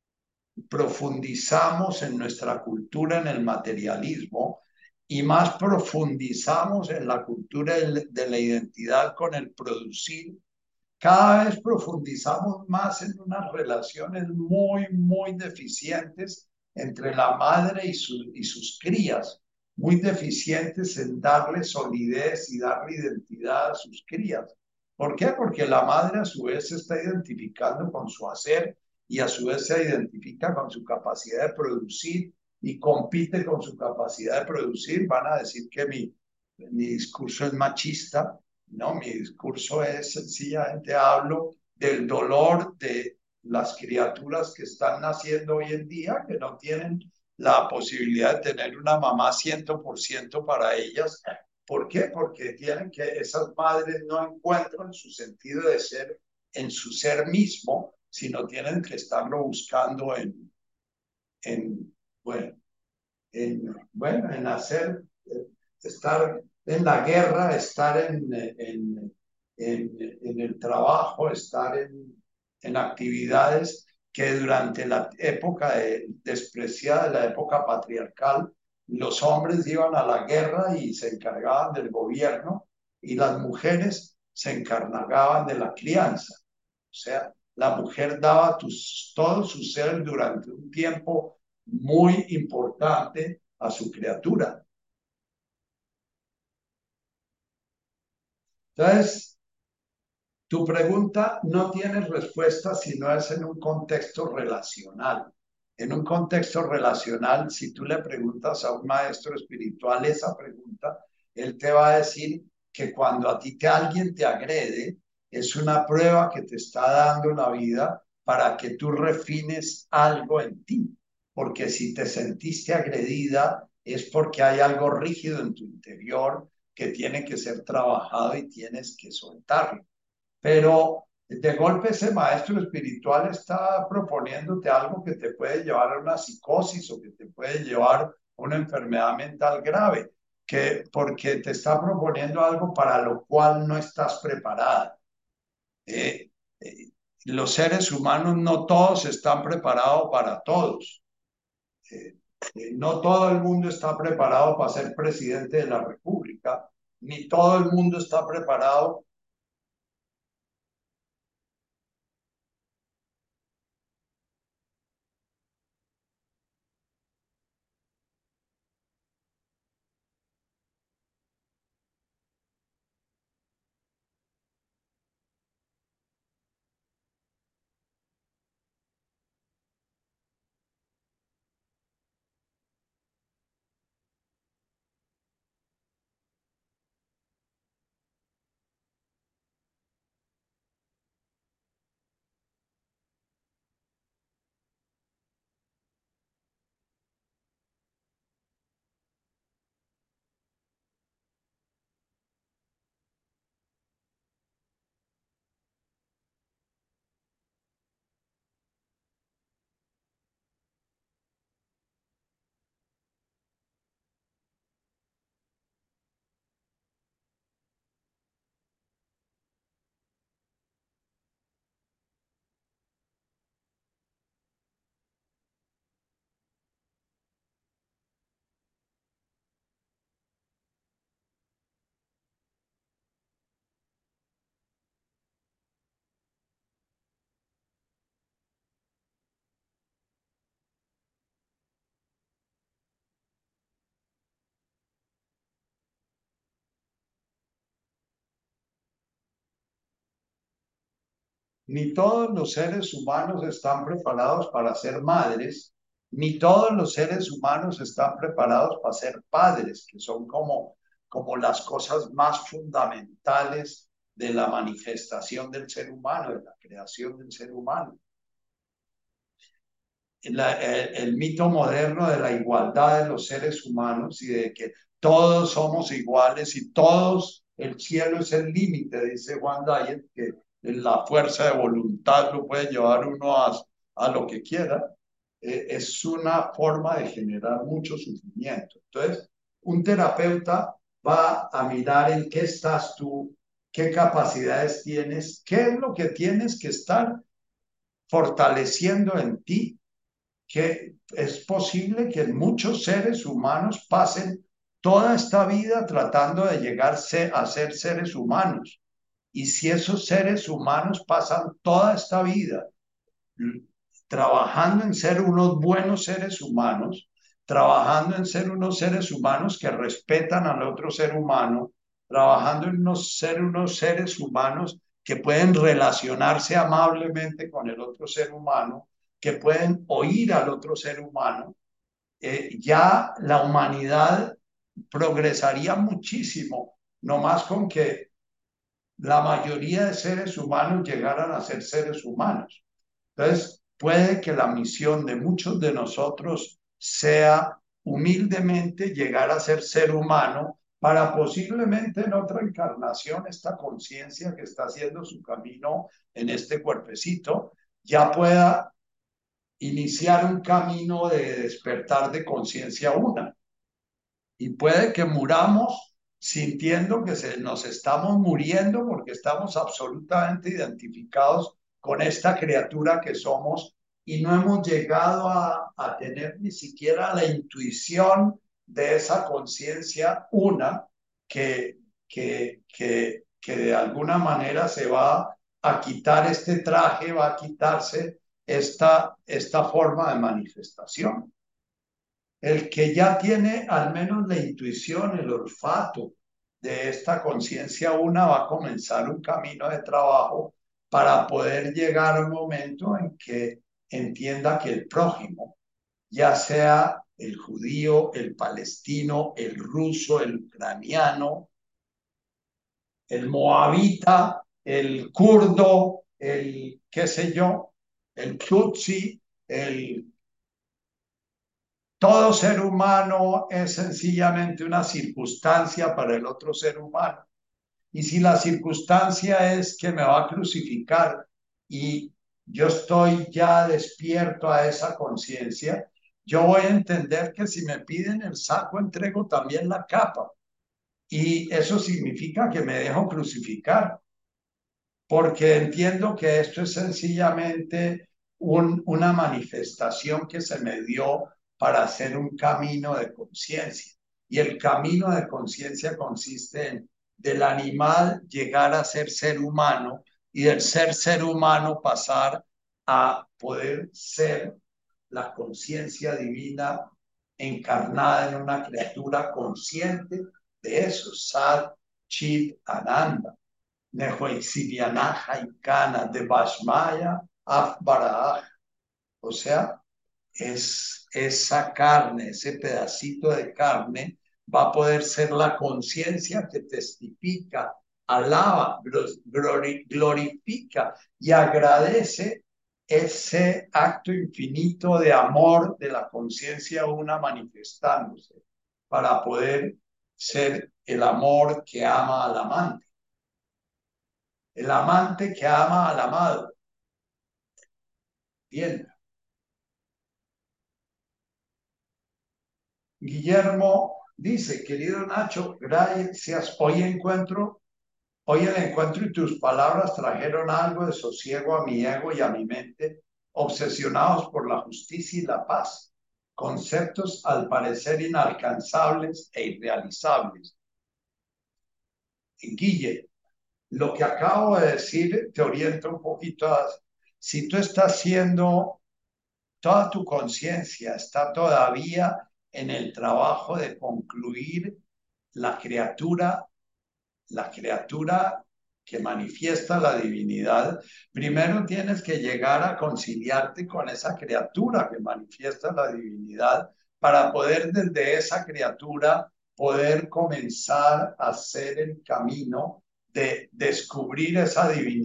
profundizamos en nuestra cultura, en el materialismo, y más profundizamos en la cultura de la identidad con el producir, cada vez profundizamos más en unas relaciones muy, muy deficientes entre la madre y, su, y sus crías, muy deficientes en darle solidez y darle identidad a sus crías. ¿Por qué? Porque la madre a su vez se está identificando con su hacer y a su vez se identifica con su capacidad de producir y compite con su capacidad de producir. Van a decir que mi, mi discurso es machista. No, mi discurso es sencillamente hablo del dolor de las criaturas que están naciendo hoy en día, que no tienen la posibilidad de tener una mamá cien por ciento para ellas. ¿Por qué? Porque tienen que, esas madres no encuentran su sentido de ser en su ser mismo, sino tienen que estarlo buscando en, en bueno, en, bueno, en hacer, eh, estar en la guerra, estar en, en, en, en el trabajo, estar en, en, actividades que durante la época de, despreciada, la época patriarcal, los hombres iban a la guerra y se encargaban del gobierno y las mujeres se encargaban de la crianza. O sea, la mujer daba tus, todo su ser durante un tiempo muy importante a su criatura. Entonces, tu pregunta no tiene respuesta si no es en un contexto relacional. En un contexto relacional, si tú le preguntas a un maestro espiritual esa pregunta, él te va a decir que cuando a ti te, alguien te agrede, es una prueba que te está dando la vida para que tú refines algo en ti. Porque si te sentiste agredida, es porque hay algo rígido en tu interior que tiene que ser trabajado y tienes que soltarlo. Pero de golpe ese maestro espiritual está proponiéndote algo que te puede llevar a una psicosis o que te puede llevar a una enfermedad mental grave, que porque te está proponiendo algo para lo cual no estás preparada. Eh, eh, los seres humanos no todos están preparados para todos. Eh, eh, no todo el mundo está preparado para ser presidente de la República, ni todo el mundo está preparado. Ni todos los seres humanos están preparados para ser madres, ni todos los seres humanos están preparados para ser padres, que son como, como las cosas más fundamentales de la manifestación del ser humano, de la creación del ser humano. la, el, el mito moderno de la igualdad de los seres humanos y de que todos somos iguales y todos, el cielo es el límite, dice Juan Dyer, que la fuerza de voluntad lo puede llevar uno a, a lo que quiera, eh, es una forma de generar mucho sufrimiento. Entonces, un terapeuta va a mirar en qué estás tú, qué capacidades tienes, qué es lo que tienes que estar fortaleciendo en ti, que es posible que muchos seres humanos pasen toda esta vida tratando de llegar a ser seres humanos. Y si esos seres humanos pasan toda esta vida trabajando en ser unos buenos seres humanos, trabajando en ser unos seres humanos que respetan al otro ser humano, trabajando en unos ser unos seres humanos que pueden relacionarse amablemente con el otro ser humano, que pueden oír al otro ser humano, eh, ya la humanidad progresaría muchísimo, no más con que la mayoría de seres humanos llegaran a ser seres humanos. Entonces, puede que la misión de muchos de nosotros sea humildemente llegar a ser ser humano para posiblemente en otra encarnación esta conciencia que está haciendo su camino en este cuerpecito ya pueda iniciar un camino de despertar de conciencia una. Y puede que muramos sintiendo que se, nos estamos muriendo porque estamos absolutamente identificados con esta criatura que somos y no hemos llegado a, a tener ni siquiera la intuición de esa conciencia una que, que, que, que de alguna manera se va a quitar este traje, va a quitarse esta, esta forma de manifestación. El que ya tiene al menos la intuición, el olfato de esta conciencia una va a comenzar un camino de trabajo para poder llegar a un momento en que entienda que el prójimo, ya sea el judío, el palestino, el ruso, el ucraniano, el moabita, el kurdo, el qué sé yo, el tutsi, el todo ser humano es sencillamente una circunstancia para el otro ser humano. Y si la circunstancia es que me va a crucificar y yo estoy ya despierto a esa conciencia, yo voy a entender que si me piden el saco, entrego también la capa. Y eso significa que me dejo crucificar porque entiendo que esto es sencillamente un, una manifestación que se me dio para hacer un camino de conciencia. Y el camino de conciencia consiste en del animal llegar a ser ser humano y del ser ser humano pasar a poder ser la conciencia divina encarnada en una criatura consciente de eso, Sat Chit Ananda. Nehoixidianaja y Cana de Bashmaya Afbaraj. O sea, es esa carne, ese pedacito de carne va a poder ser la conciencia que testifica, alaba, glorifica y agradece ese acto infinito de amor de la conciencia una manifestándose para poder ser el amor que ama al amante. El amante que ama al amado. Bien. Guillermo dice, querido Nacho, gracias. Hoy encuentro, hoy el encuentro y tus palabras trajeron algo de sosiego a mi ego y a mi mente, obsesionados por la justicia y la paz, conceptos al parecer inalcanzables e irrealizables. Guille, lo que acabo de decir te orienta un poquito a, si tú estás siendo toda tu conciencia está todavía en el trabajo de concluir la criatura, la criatura que manifiesta la divinidad. Primero tienes que llegar a conciliarte con esa criatura que manifiesta la divinidad para poder desde esa criatura poder comenzar a hacer el camino de descubrir esa divinidad manifestándose en ti, manifestándose en ti.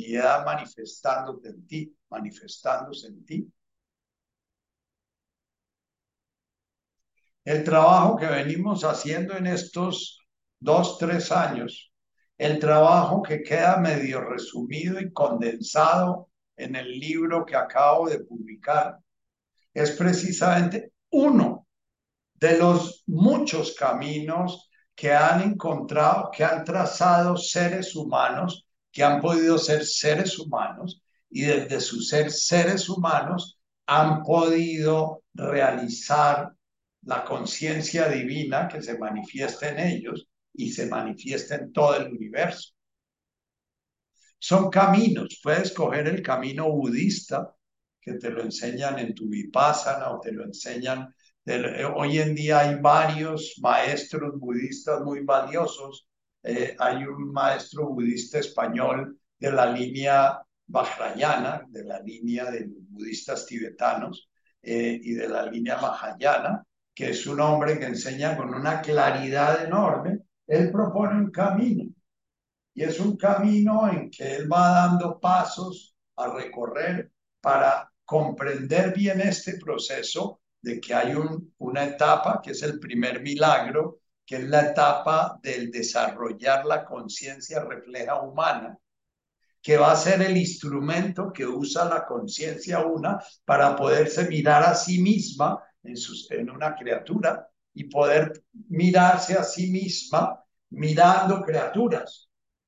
El trabajo que venimos haciendo en estos dos, tres años, el trabajo que queda medio resumido y condensado en el libro que acabo de publicar, es precisamente uno de los muchos caminos que han encontrado, que han trazado seres humanos, que han podido ser seres humanos y desde su ser seres humanos han podido realizar la conciencia divina que se manifiesta en ellos y se manifiesta en todo el universo. Son caminos, puedes coger el camino budista, que te lo enseñan en tu vipassana o te lo enseñan. De, hoy en día hay varios maestros budistas muy valiosos. Eh, hay un maestro budista español de la línea Vajrayana, de la línea de los budistas tibetanos eh, y de la línea Mahayana, que es un hombre que enseña con una claridad enorme. Él propone un camino y es un camino en que él va dando pasos a recorrer para comprender bien este proceso de que hay un, una etapa que es el primer milagro, que es la etapa del desarrollar la conciencia refleja humana, que va a ser el instrumento que usa la conciencia una para poderse mirar a sí misma en, sus, en una criatura y poder mirarse a sí misma mirando criaturas.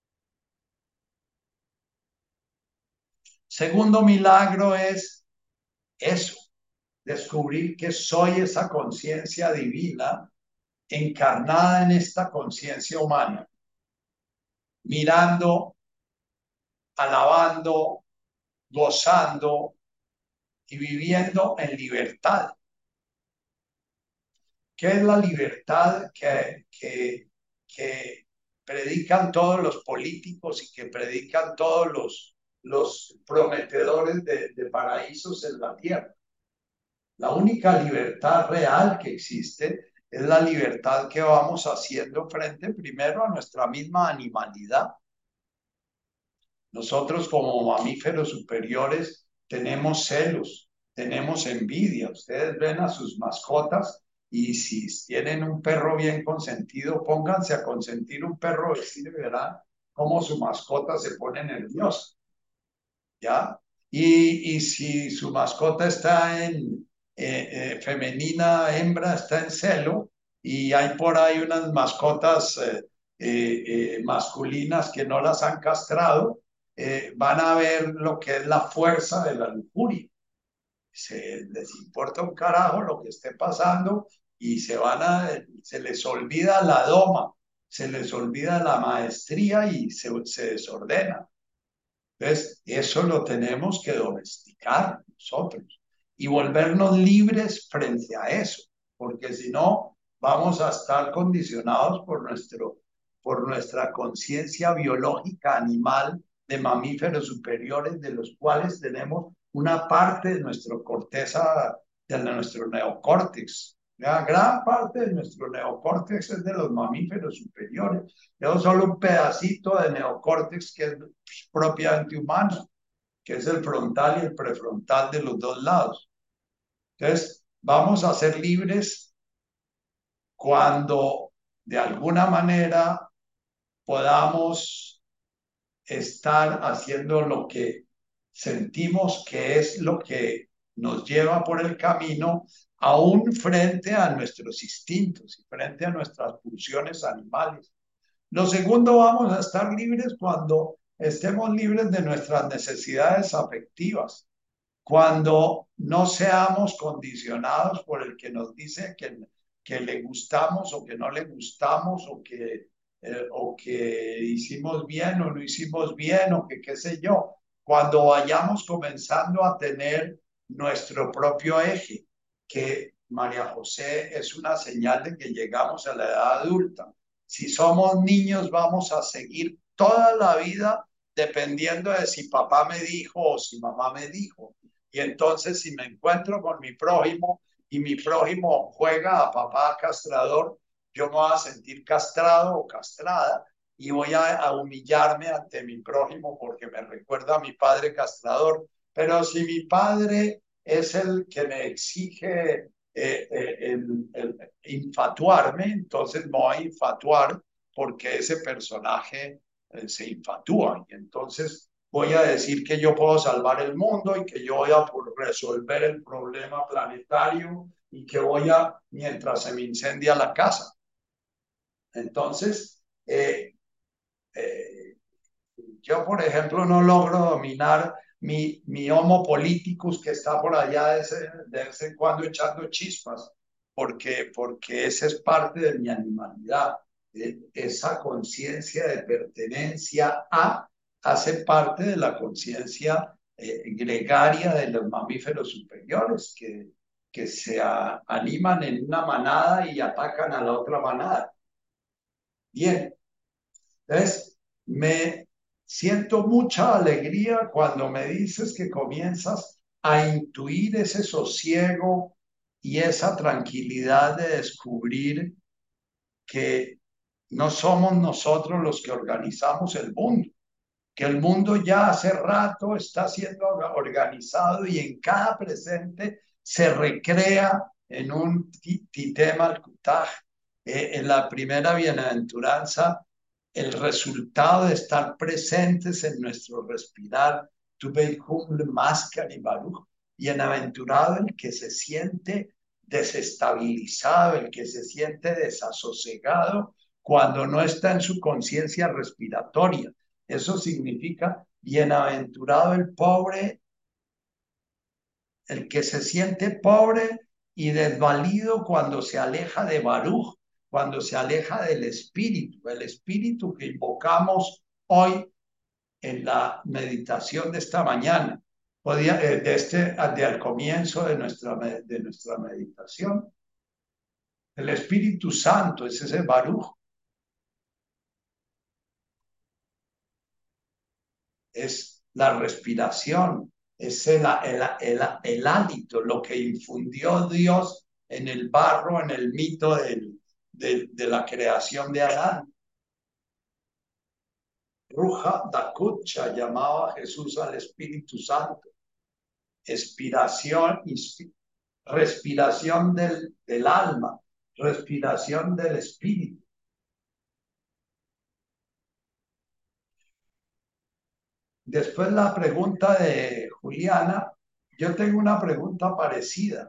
Segundo milagro es eso, descubrir que soy esa conciencia divina encarnada en esta conciencia humana, mirando, alabando, gozando y viviendo en libertad. ¿Qué es la libertad que, que, que predican todos los políticos y que predican todos los, los prometedores de, de paraísos en la tierra? La única libertad real que existe es la libertad que vamos haciendo frente primero a nuestra misma animalidad. Nosotros como mamíferos superiores tenemos celos, tenemos envidia. Ustedes ven a sus mascotas y si tienen un perro bien consentido, pónganse a consentir un perro vecino y verán cómo su mascota se pone nerviosa. ¿Ya? Y, y si su mascota está en eh, eh, femenina, hembra, está en celo, y hay por ahí unas mascotas eh, eh, eh, masculinas que no las han castrado, eh, van a ver lo que es la fuerza de la lujuria. Se les importa un carajo lo que esté pasando y se van a, se les olvida la doma, se les olvida la maestría y se, se desordena. Entonces, eso lo tenemos que domesticar nosotros y volvernos libres frente a eso, porque si no, vamos a estar condicionados por, nuestro, por nuestra conciencia biológica animal de mamíferos superiores, de los cuales tenemos una parte de nuestro corteza, de nuestro neocórtex. La gran parte de nuestro neocórtex es de los mamíferos superiores. Tengo solo un pedacito de neocórtex que es propiamente humano, que es el frontal y el prefrontal de los dos lados. Entonces, vamos a ser libres cuando de alguna manera podamos estar haciendo lo que sentimos que es lo que nos lleva por el camino, aún frente a nuestros instintos y frente a nuestras pulsiones animales. Lo segundo, vamos a estar libres cuando estemos libres de nuestras necesidades afectivas, cuando no seamos condicionados por el que nos dice que, que le gustamos o que no le gustamos o que, eh, o que hicimos bien o no hicimos bien o que qué sé yo, cuando vayamos comenzando a tener nuestro propio eje, que María José es una señal de que llegamos a la edad adulta. Si somos niños vamos a seguir toda la vida dependiendo de si papá me dijo o si mamá me dijo. Y entonces si me encuentro con mi prójimo y mi prójimo juega a papá castrador, yo me voy a sentir castrado o castrada y voy a, a humillarme ante mi prójimo porque me recuerda a mi padre castrador. Pero si mi padre es el que me exige eh, eh, el, el infatuarme, entonces me voy a infatuar porque ese personaje eh, se infatúa. Y entonces voy a decir que yo puedo salvar el mundo y que yo voy a resolver el problema planetario y que voy a, mientras se me incendia la casa. Entonces, eh, eh, yo, por ejemplo, no logro dominar mi, mi homo politicus que está por allá de, ese, de vez en cuando echando chispas, porque, porque esa es parte de mi animalidad. Eh, esa conciencia de pertenencia a hace parte de la conciencia eh, gregaria de los mamíferos superiores que, que se a, animan en una manada y atacan a la otra manada. Bien, entonces, me siento mucha alegría cuando me dices que comienzas a intuir ese sosiego y esa tranquilidad de descubrir que no somos nosotros los que organizamos el mundo, que el mundo ya hace rato está siendo organizado y en cada presente se recrea en un titema al-Kutaj, eh, en la primera bienaventuranza, el resultado de estar presentes en nuestro respirar. Tu y Baruch, bienaventurado el que se siente desestabilizado, el que se siente desasosegado cuando no está en su conciencia respiratoria. Eso significa bienaventurado el pobre, el que se siente pobre y desvalido cuando se aleja de Baruch, cuando se aleja del espíritu, el espíritu que invocamos hoy en la meditación de esta mañana, podía, eh, de este, de al comienzo de nuestra, de nuestra meditación. El Espíritu Santo es ese Baruch, es la respiración, es el, el, el, el hálito, lo que infundió Dios en el barro, en el mito del, de, de la creación de Adán. Ruja Dakucha llamaba a Jesús al Espíritu Santo. Expiración, respiración del, del alma, respiración del espíritu. Después la pregunta de Juliana, yo tengo una pregunta parecida.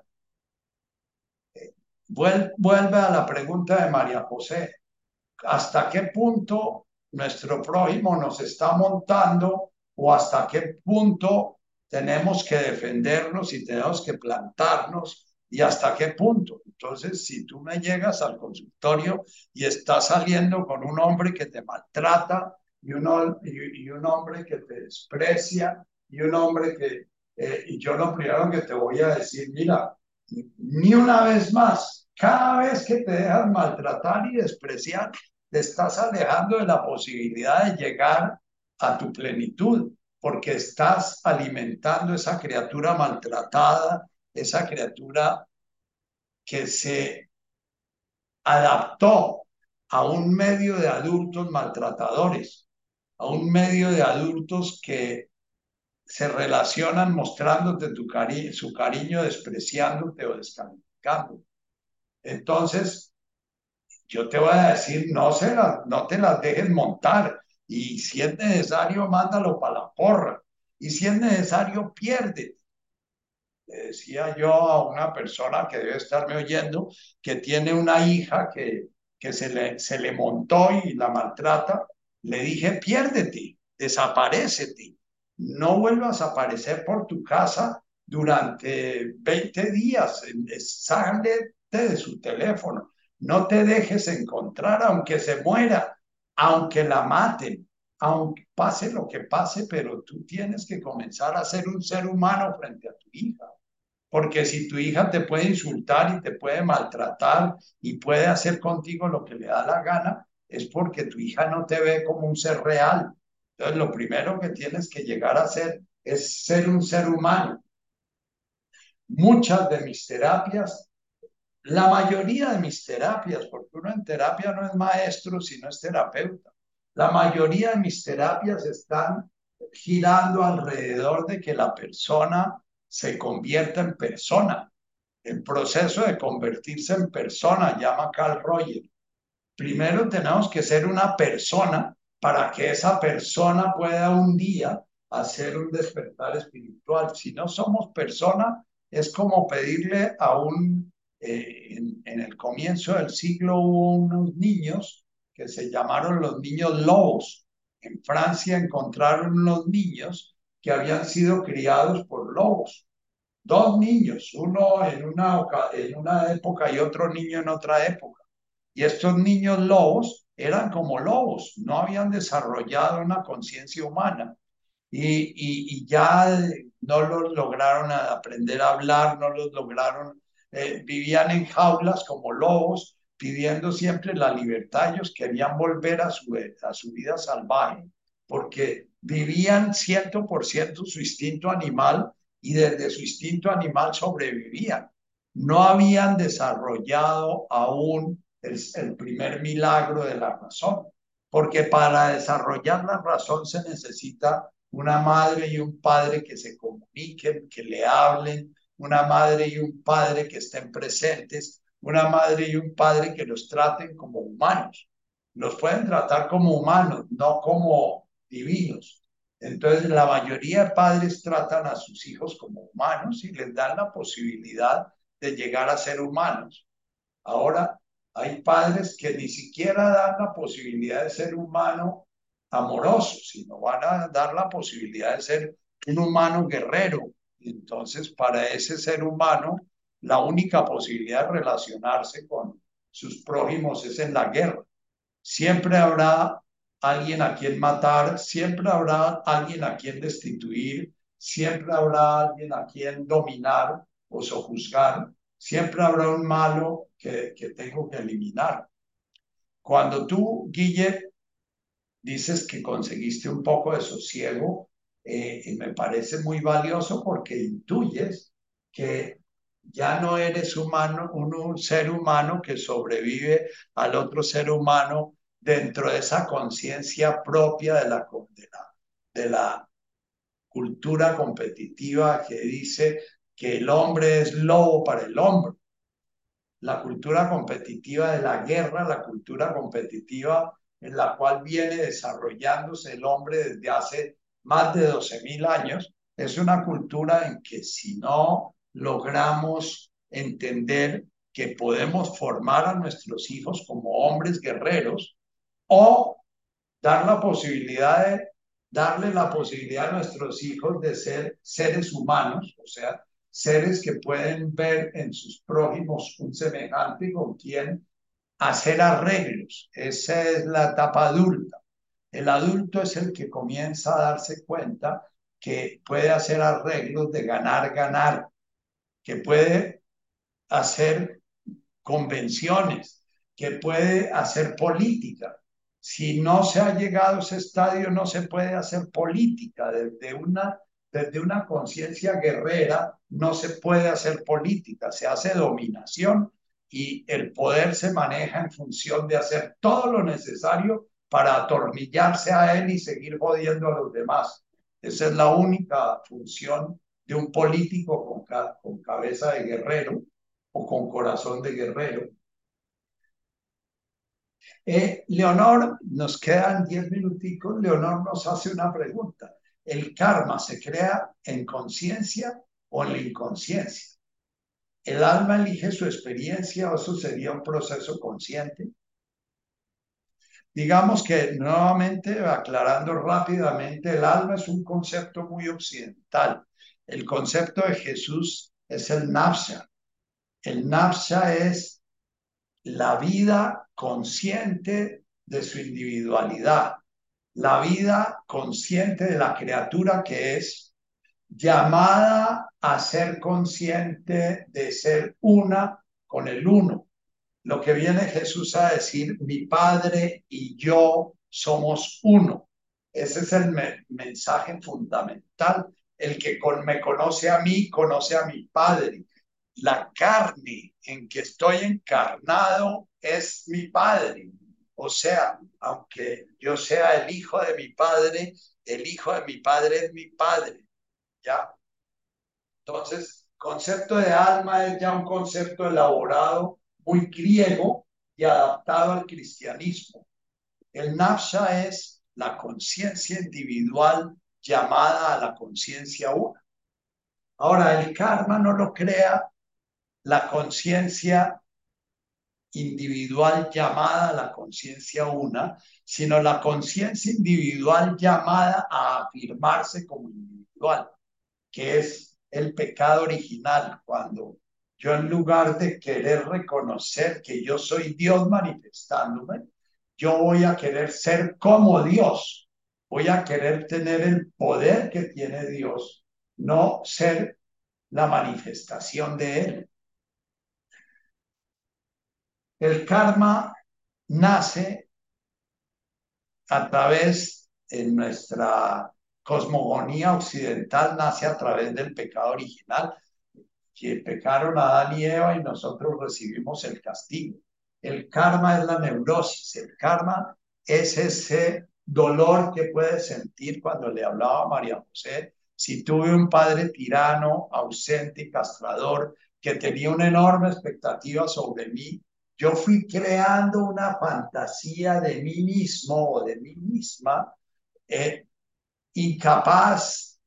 Vuelve a la pregunta de María José. ¿Hasta qué punto nuestro prójimo nos está montando o hasta qué punto tenemos que defendernos y tenemos que plantarnos y hasta qué punto? Entonces, si tú me llegas al consultorio y estás saliendo con un hombre que te maltrata y un, y un hombre que te desprecia y un hombre que, eh, y yo lo primero que te voy a decir, mira, ni una vez más, cada vez que te dejas maltratar y despreciar, te estás alejando de la posibilidad de llegar a tu plenitud, porque estás alimentando esa criatura maltratada, esa criatura que se adaptó a un medio de adultos maltratadores, a un medio de adultos que se relacionan mostrándote tu cari su cariño, despreciándote o descalificando. Entonces, yo te voy a decir, no, se la, no te las dejes montar. Y si es necesario, mándalo para la porra. Y si es necesario, pierde. Le decía yo a una persona que debe estarme oyendo, que tiene una hija que, que se, le, se le montó y la maltrata, le dije, piérdete, desaparécete. No vuelvas a aparecer por tu casa durante veinte días. Sálete de su teléfono. No te dejes encontrar aunque se muera, aunque la maten, aunque pase lo que pase, pero tú tienes que comenzar a ser un ser humano frente a tu hija. Porque si tu hija te puede insultar y te puede maltratar y puede hacer contigo lo que le da la gana, es porque tu hija no te ve como un ser real. Entonces, lo primero que tienes que llegar a hacer es ser un ser humano. Muchas de mis terapias, la mayoría de mis terapias, porque uno en terapia no es maestro, sino es terapeuta. La mayoría de mis terapias están girando alrededor de que la persona se convierta en persona. el proceso de convertirse en persona, llama Carl Rogers. Primero tenemos que ser una persona para que esa persona pueda un día hacer un despertar espiritual. Si no somos persona, es como pedirle a un, eh, en, en el comienzo del siglo hubo unos niños que se llamaron los niños lobos. En Francia encontraron unos niños que habían sido criados por lobos. Dos niños, uno en una, en una época y otro niño en otra época. Y estos niños lobos eran como lobos, no habían desarrollado una conciencia humana y, y, y, ya no los lograron aprender a hablar, no los lograron, eh, vivían en jaulas como lobos, pidiendo siempre la libertad. Ellos querían volver a su, a su vida salvaje, porque vivían cien por ciento su instinto animal y desde su instinto animal sobrevivían. No habían desarrollado aún el, el primer milagro de la razón, porque para desarrollar la razón se necesita una madre y un padre que se comuniquen, que le hablen, una madre y un padre que estén presentes, una madre y un padre que los traten como humanos. Los pueden tratar como humanos, no como divinos. Entonces, la mayoría de padres tratan a sus hijos como humanos y les dan la posibilidad de llegar a ser humanos. Ahora, hay padres que ni siquiera dan la posibilidad de ser humano amoroso, sino van a dar la posibilidad de ser un humano guerrero. Y entonces, para ese ser humano, la única posibilidad de relacionarse con sus prójimos es en la guerra. Siempre habrá alguien a quien matar, siempre habrá alguien a quien destituir, siempre habrá alguien a quien dominar o sojuzgar, siempre habrá un malo que, que tengo que eliminar. Cuando tú, Guille, dices que conseguiste un poco de sosiego, eh, y me parece muy valioso porque intuyes que ya no eres humano, un, un ser humano que sobrevive al otro ser humano dentro de esa conciencia propia de la, de, la, de la cultura competitiva que dice que el hombre es lobo para el hombre. La cultura competitiva de la guerra, la cultura competitiva en la cual viene desarrollándose el hombre desde hace más de doce mil años, es una cultura en que si no logramos entender que podemos formar a nuestros hijos como hombres guerreros o dar la posibilidad de darle la posibilidad a nuestros hijos de ser seres humanos, o sea, seres que pueden ver en sus prójimos un semejante con quien hacer arreglos. Esa es la etapa adulta. El adulto es el que comienza a darse cuenta que puede hacer arreglos de ganar, ganar, que puede hacer convenciones, que puede hacer política. Si no se ha llegado a ese estadio, no se puede hacer política. Desde una, desde una conciencia guerrera no se puede hacer política, se hace dominación y el poder se maneja en función de hacer todo lo necesario para atornillarse a él y seguir jodiendo a los demás. Esa es la única función de un político con, con cabeza de guerrero o con corazón de guerrero. Eh, Leonor, nos quedan diez minuticos. Leonor nos hace una pregunta. ¿El karma se crea en conciencia o en la inconsciencia? ¿El alma elige su experiencia o eso sería un proceso consciente? Digamos que nuevamente, aclarando rápidamente, el alma es un concepto muy occidental. El concepto de Jesús es el nafsha. El nafsha es la vida consciente de su individualidad, la vida consciente de la criatura que es llamada a ser consciente de ser una con el uno. Lo que viene Jesús a decir, mi Padre y yo somos uno. Ese es el me mensaje fundamental. El que con me conoce a mí, conoce a mi Padre. La carne en que estoy encarnado es mi Padre. O sea, aunque yo sea el hijo de mi Padre, el hijo de mi Padre es mi Padre. ¿Ya? Entonces, Concepto de alma es ya un concepto elaborado, muy griego y adaptado al cristianismo. El nafsha es la conciencia individual llamada a la conciencia una. Ahora, el karma no lo crea la conciencia individual llamada a la conciencia una, sino la conciencia individual llamada a afirmarse como individual, que es el pecado original, cuando yo en lugar de querer reconocer que yo soy Dios manifestándome, yo voy a querer ser como Dios, voy a querer tener el poder que tiene Dios, no ser la manifestación de Él. El karma nace a través, en nuestra cosmogonía occidental, nace a través del pecado original, que pecaron Adán y Eva y nosotros recibimos el castigo. El karma es la neurosis, el karma es ese dolor que puedes sentir cuando le hablaba a María José. Si tuve un padre tirano, ausente y castrador, que tenía una enorme expectativa sobre mí, yo fui creando una fantasía de mí mismo o de mí misma, eh, incapaz,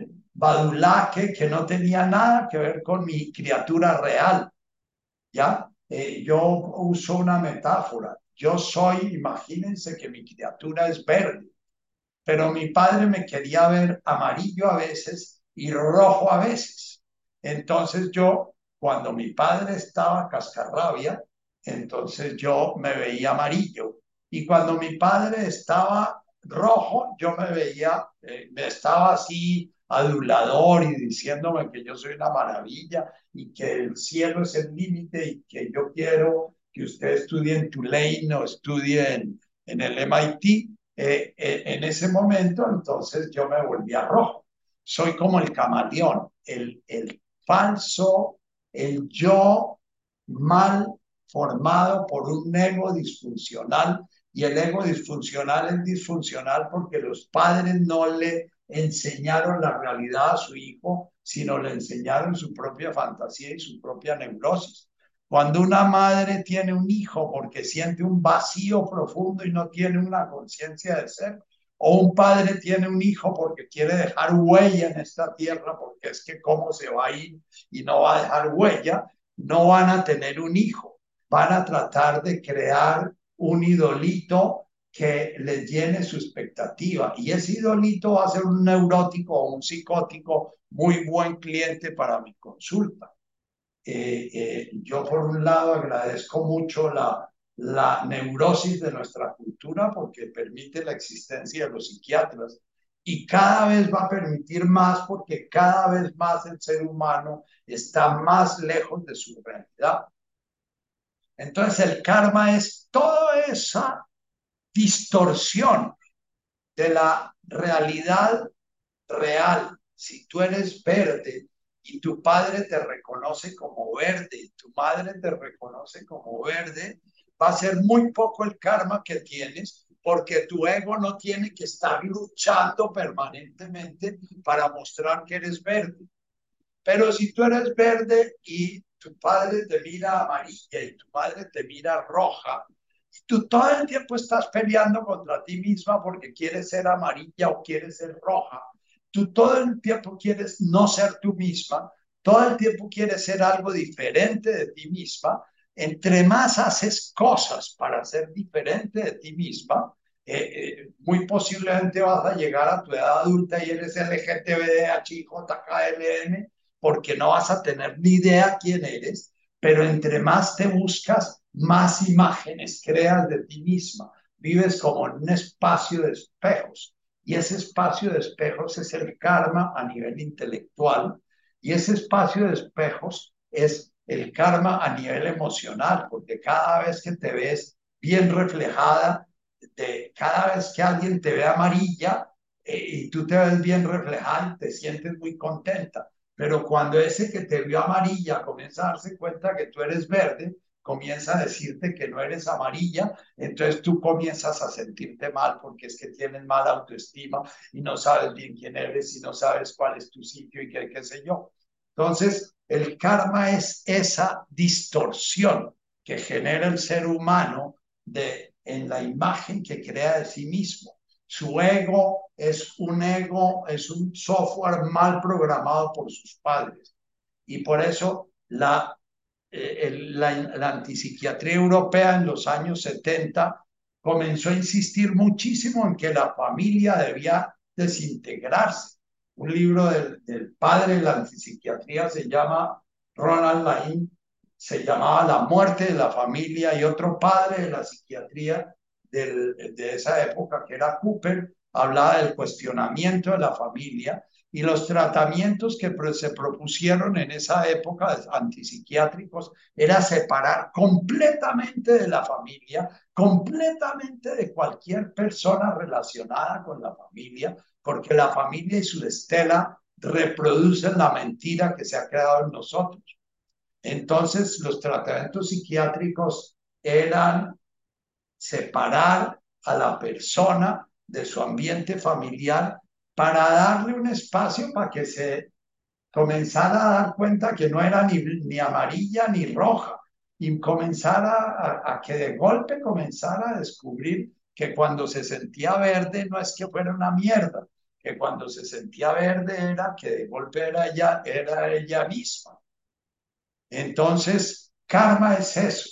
badulaque, que no tenía nada que ver con mi criatura real, ¿ya? Eh, yo uso una metáfora. Yo soy, imagínense que mi criatura es verde, pero mi padre me quería ver amarillo a veces y rojo a veces. Entonces yo, cuando mi padre estaba cascarrabia, entonces yo me veía amarillo. Y cuando mi padre estaba rojo, yo me veía, eh, me estaba así adulador y diciéndome que yo soy una maravilla y que el cielo es el límite y que yo quiero que usted estudie en Tulane o estudie en, en el M I T. Eh, eh, en ese momento, entonces yo me volvía rojo. Soy como el camaleón, el, el falso, el yo mal formado por un ego disfuncional, y el ego disfuncional es disfuncional porque los padres no le enseñaron la realidad a su hijo, sino le enseñaron su propia fantasía y su propia neurosis. Cuando una madre tiene un hijo porque siente un vacío profundo y no tiene una conciencia de ser, o un padre tiene un hijo porque quiere dejar huella en esta tierra, porque es que cómo se va a ir y no va a dejar huella, no van a tener un hijo, van a tratar de crear un idolito que les llene su expectativa. Y ese idolito va a ser un neurótico o un psicótico muy buen cliente para mi consulta. Eh, eh, yo por un lado agradezco mucho la, la neurosis de nuestra cultura porque permite la existencia de los psiquiatras y cada vez va a permitir más porque cada vez más el ser humano está más lejos de su realidad. Entonces el karma es toda esa distorsión de la realidad real. Si tú eres verde y tu padre te reconoce como verde y tu madre te reconoce como verde, va a ser muy poco el karma que tienes porque tu ego no tiene que estar luchando permanentemente para mostrar que eres verde. Pero si tú eres verde y tu padre te mira amarilla y tu madre te mira roja, y tú todo el tiempo estás peleando contra ti misma porque quieres ser amarilla o quieres ser roja, tú todo el tiempo quieres no ser tú misma, todo el tiempo quieres ser algo diferente de ti misma, entre más haces cosas para ser diferente de ti misma, eh, eh, muy posiblemente vas a llegar a tu edad adulta y eres L G T B D H I J K L M, porque no vas a tener ni idea quién eres, pero entre más te buscas, más imágenes creas de ti misma. Vives como en un espacio de espejos y ese espacio de espejos es el karma a nivel intelectual y ese espacio de espejos es el karma a nivel emocional, porque cada vez que te ves bien reflejada, de, cada vez que alguien te ve amarilla eh, y tú te ves bien reflejada, te sientes muy contenta. Pero cuando ese que te vio amarilla comienza a darse cuenta que tú eres verde, comienza a decirte que no eres amarilla, entonces tú comienzas a sentirte mal porque es que tienes mala autoestima y no sabes bien quién eres y no sabes cuál es tu sitio y qué, qué sé yo. Entonces, el karma es esa distorsión que genera el ser humano de, en la imagen que crea de sí mismo. Su ego es un ego, es un software mal programado por sus padres. Y por eso la, eh, el- la, la antipsiquiatría europea en los años setenta comenzó a insistir muchísimo en que la familia debía desintegrarse. Un libro del, del padre de la antipsiquiatría se llama Ronald Laing, se llamaba La muerte de la familia, y otro padre de la psiquiatría del, de esa época, que era Cooper, hablaba del cuestionamiento de la familia, y los tratamientos que se propusieron en esa época antipsiquiátricos era separar completamente de la familia, completamente de cualquier persona relacionada con la familia, porque la familia y su estela reproducen la mentira que se ha creado en nosotros. Entonces, los tratamientos psiquiátricos eran separar a la persona de su ambiente familiar para darle un espacio para que se comenzara a dar cuenta que no era ni, ni amarilla ni roja, y comenzara a, a que de golpe comenzara a descubrir que cuando se sentía verde no es que fuera una mierda, que cuando se sentía verde era que de golpe era ella, era ella misma. Entonces, karma es eso.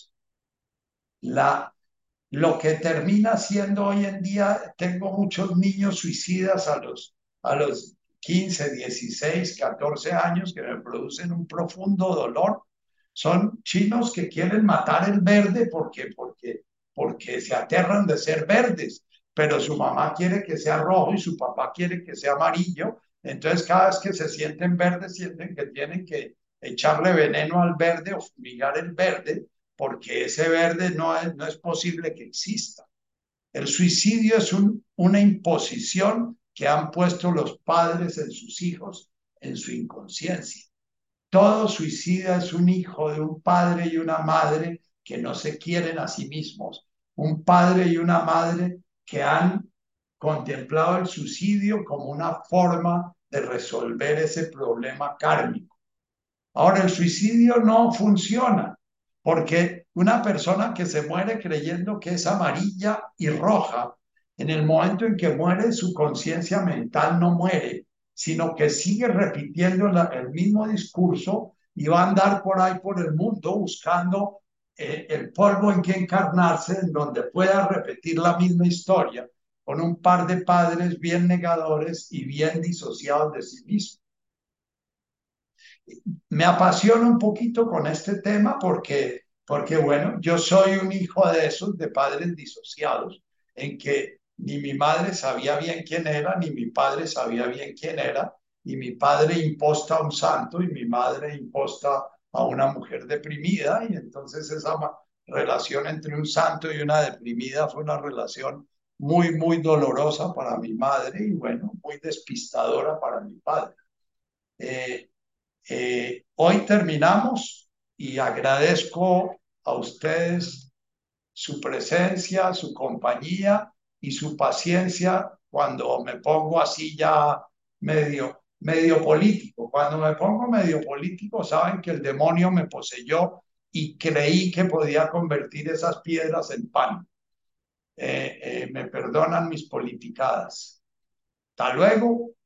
La, lo que termina siendo hoy en día, tengo muchos niños suicidas a los, a los quince, dieciséis, catorce años que me producen un profundo dolor. Son chinos que quieren matar el verde porque, porque, porque se aterran de ser verdes, pero su mamá quiere que sea rojo y su papá quiere que sea amarillo. Entonces, cada vez que se sienten verdes, sienten que tienen que echarle veneno al verde o fumigar el verde, porque ese verde no es, no es posible que exista. El suicidio es un, una imposición que han puesto los padres en sus hijos, en su inconsciencia. Todo suicida es un hijo de un padre y una madre que no se quieren a sí mismos, un padre y una madre que han contemplado el suicidio como una forma de resolver ese problema kármico. Ahora, el suicidio no funciona porque una persona que se muere creyendo que es amarilla y roja, en el momento en que muere, su conciencia mental no muere, sino que sigue repitiendo la, el mismo discurso y va a andar por ahí por el mundo buscando eh, el polvo en que encarnarse, en donde pueda repetir la misma historia con un par de padres bien negadores y bien disociados de sí mismos. Me apasiona un poquito con este tema porque, porque, bueno, yo soy un hijo de esos, de padres disociados, en que ni mi madre sabía bien quién era, ni mi padre sabía bien quién era, y mi padre imposta a un santo y mi madre imposta a una mujer deprimida, y entonces esa relación entre un santo y una deprimida fue una relación muy, muy dolorosa para mi madre y, bueno, muy despistadora para mi padre. Eh, eh, hoy terminamos y agradezco a ustedes su presencia, su compañía y su paciencia cuando me pongo así ya medio, medio político. Cuando me pongo medio político, saben que el demonio me poseyó y creí que podía convertir esas piedras en pan. Eh, eh, me perdonan mis politicadas. Hasta luego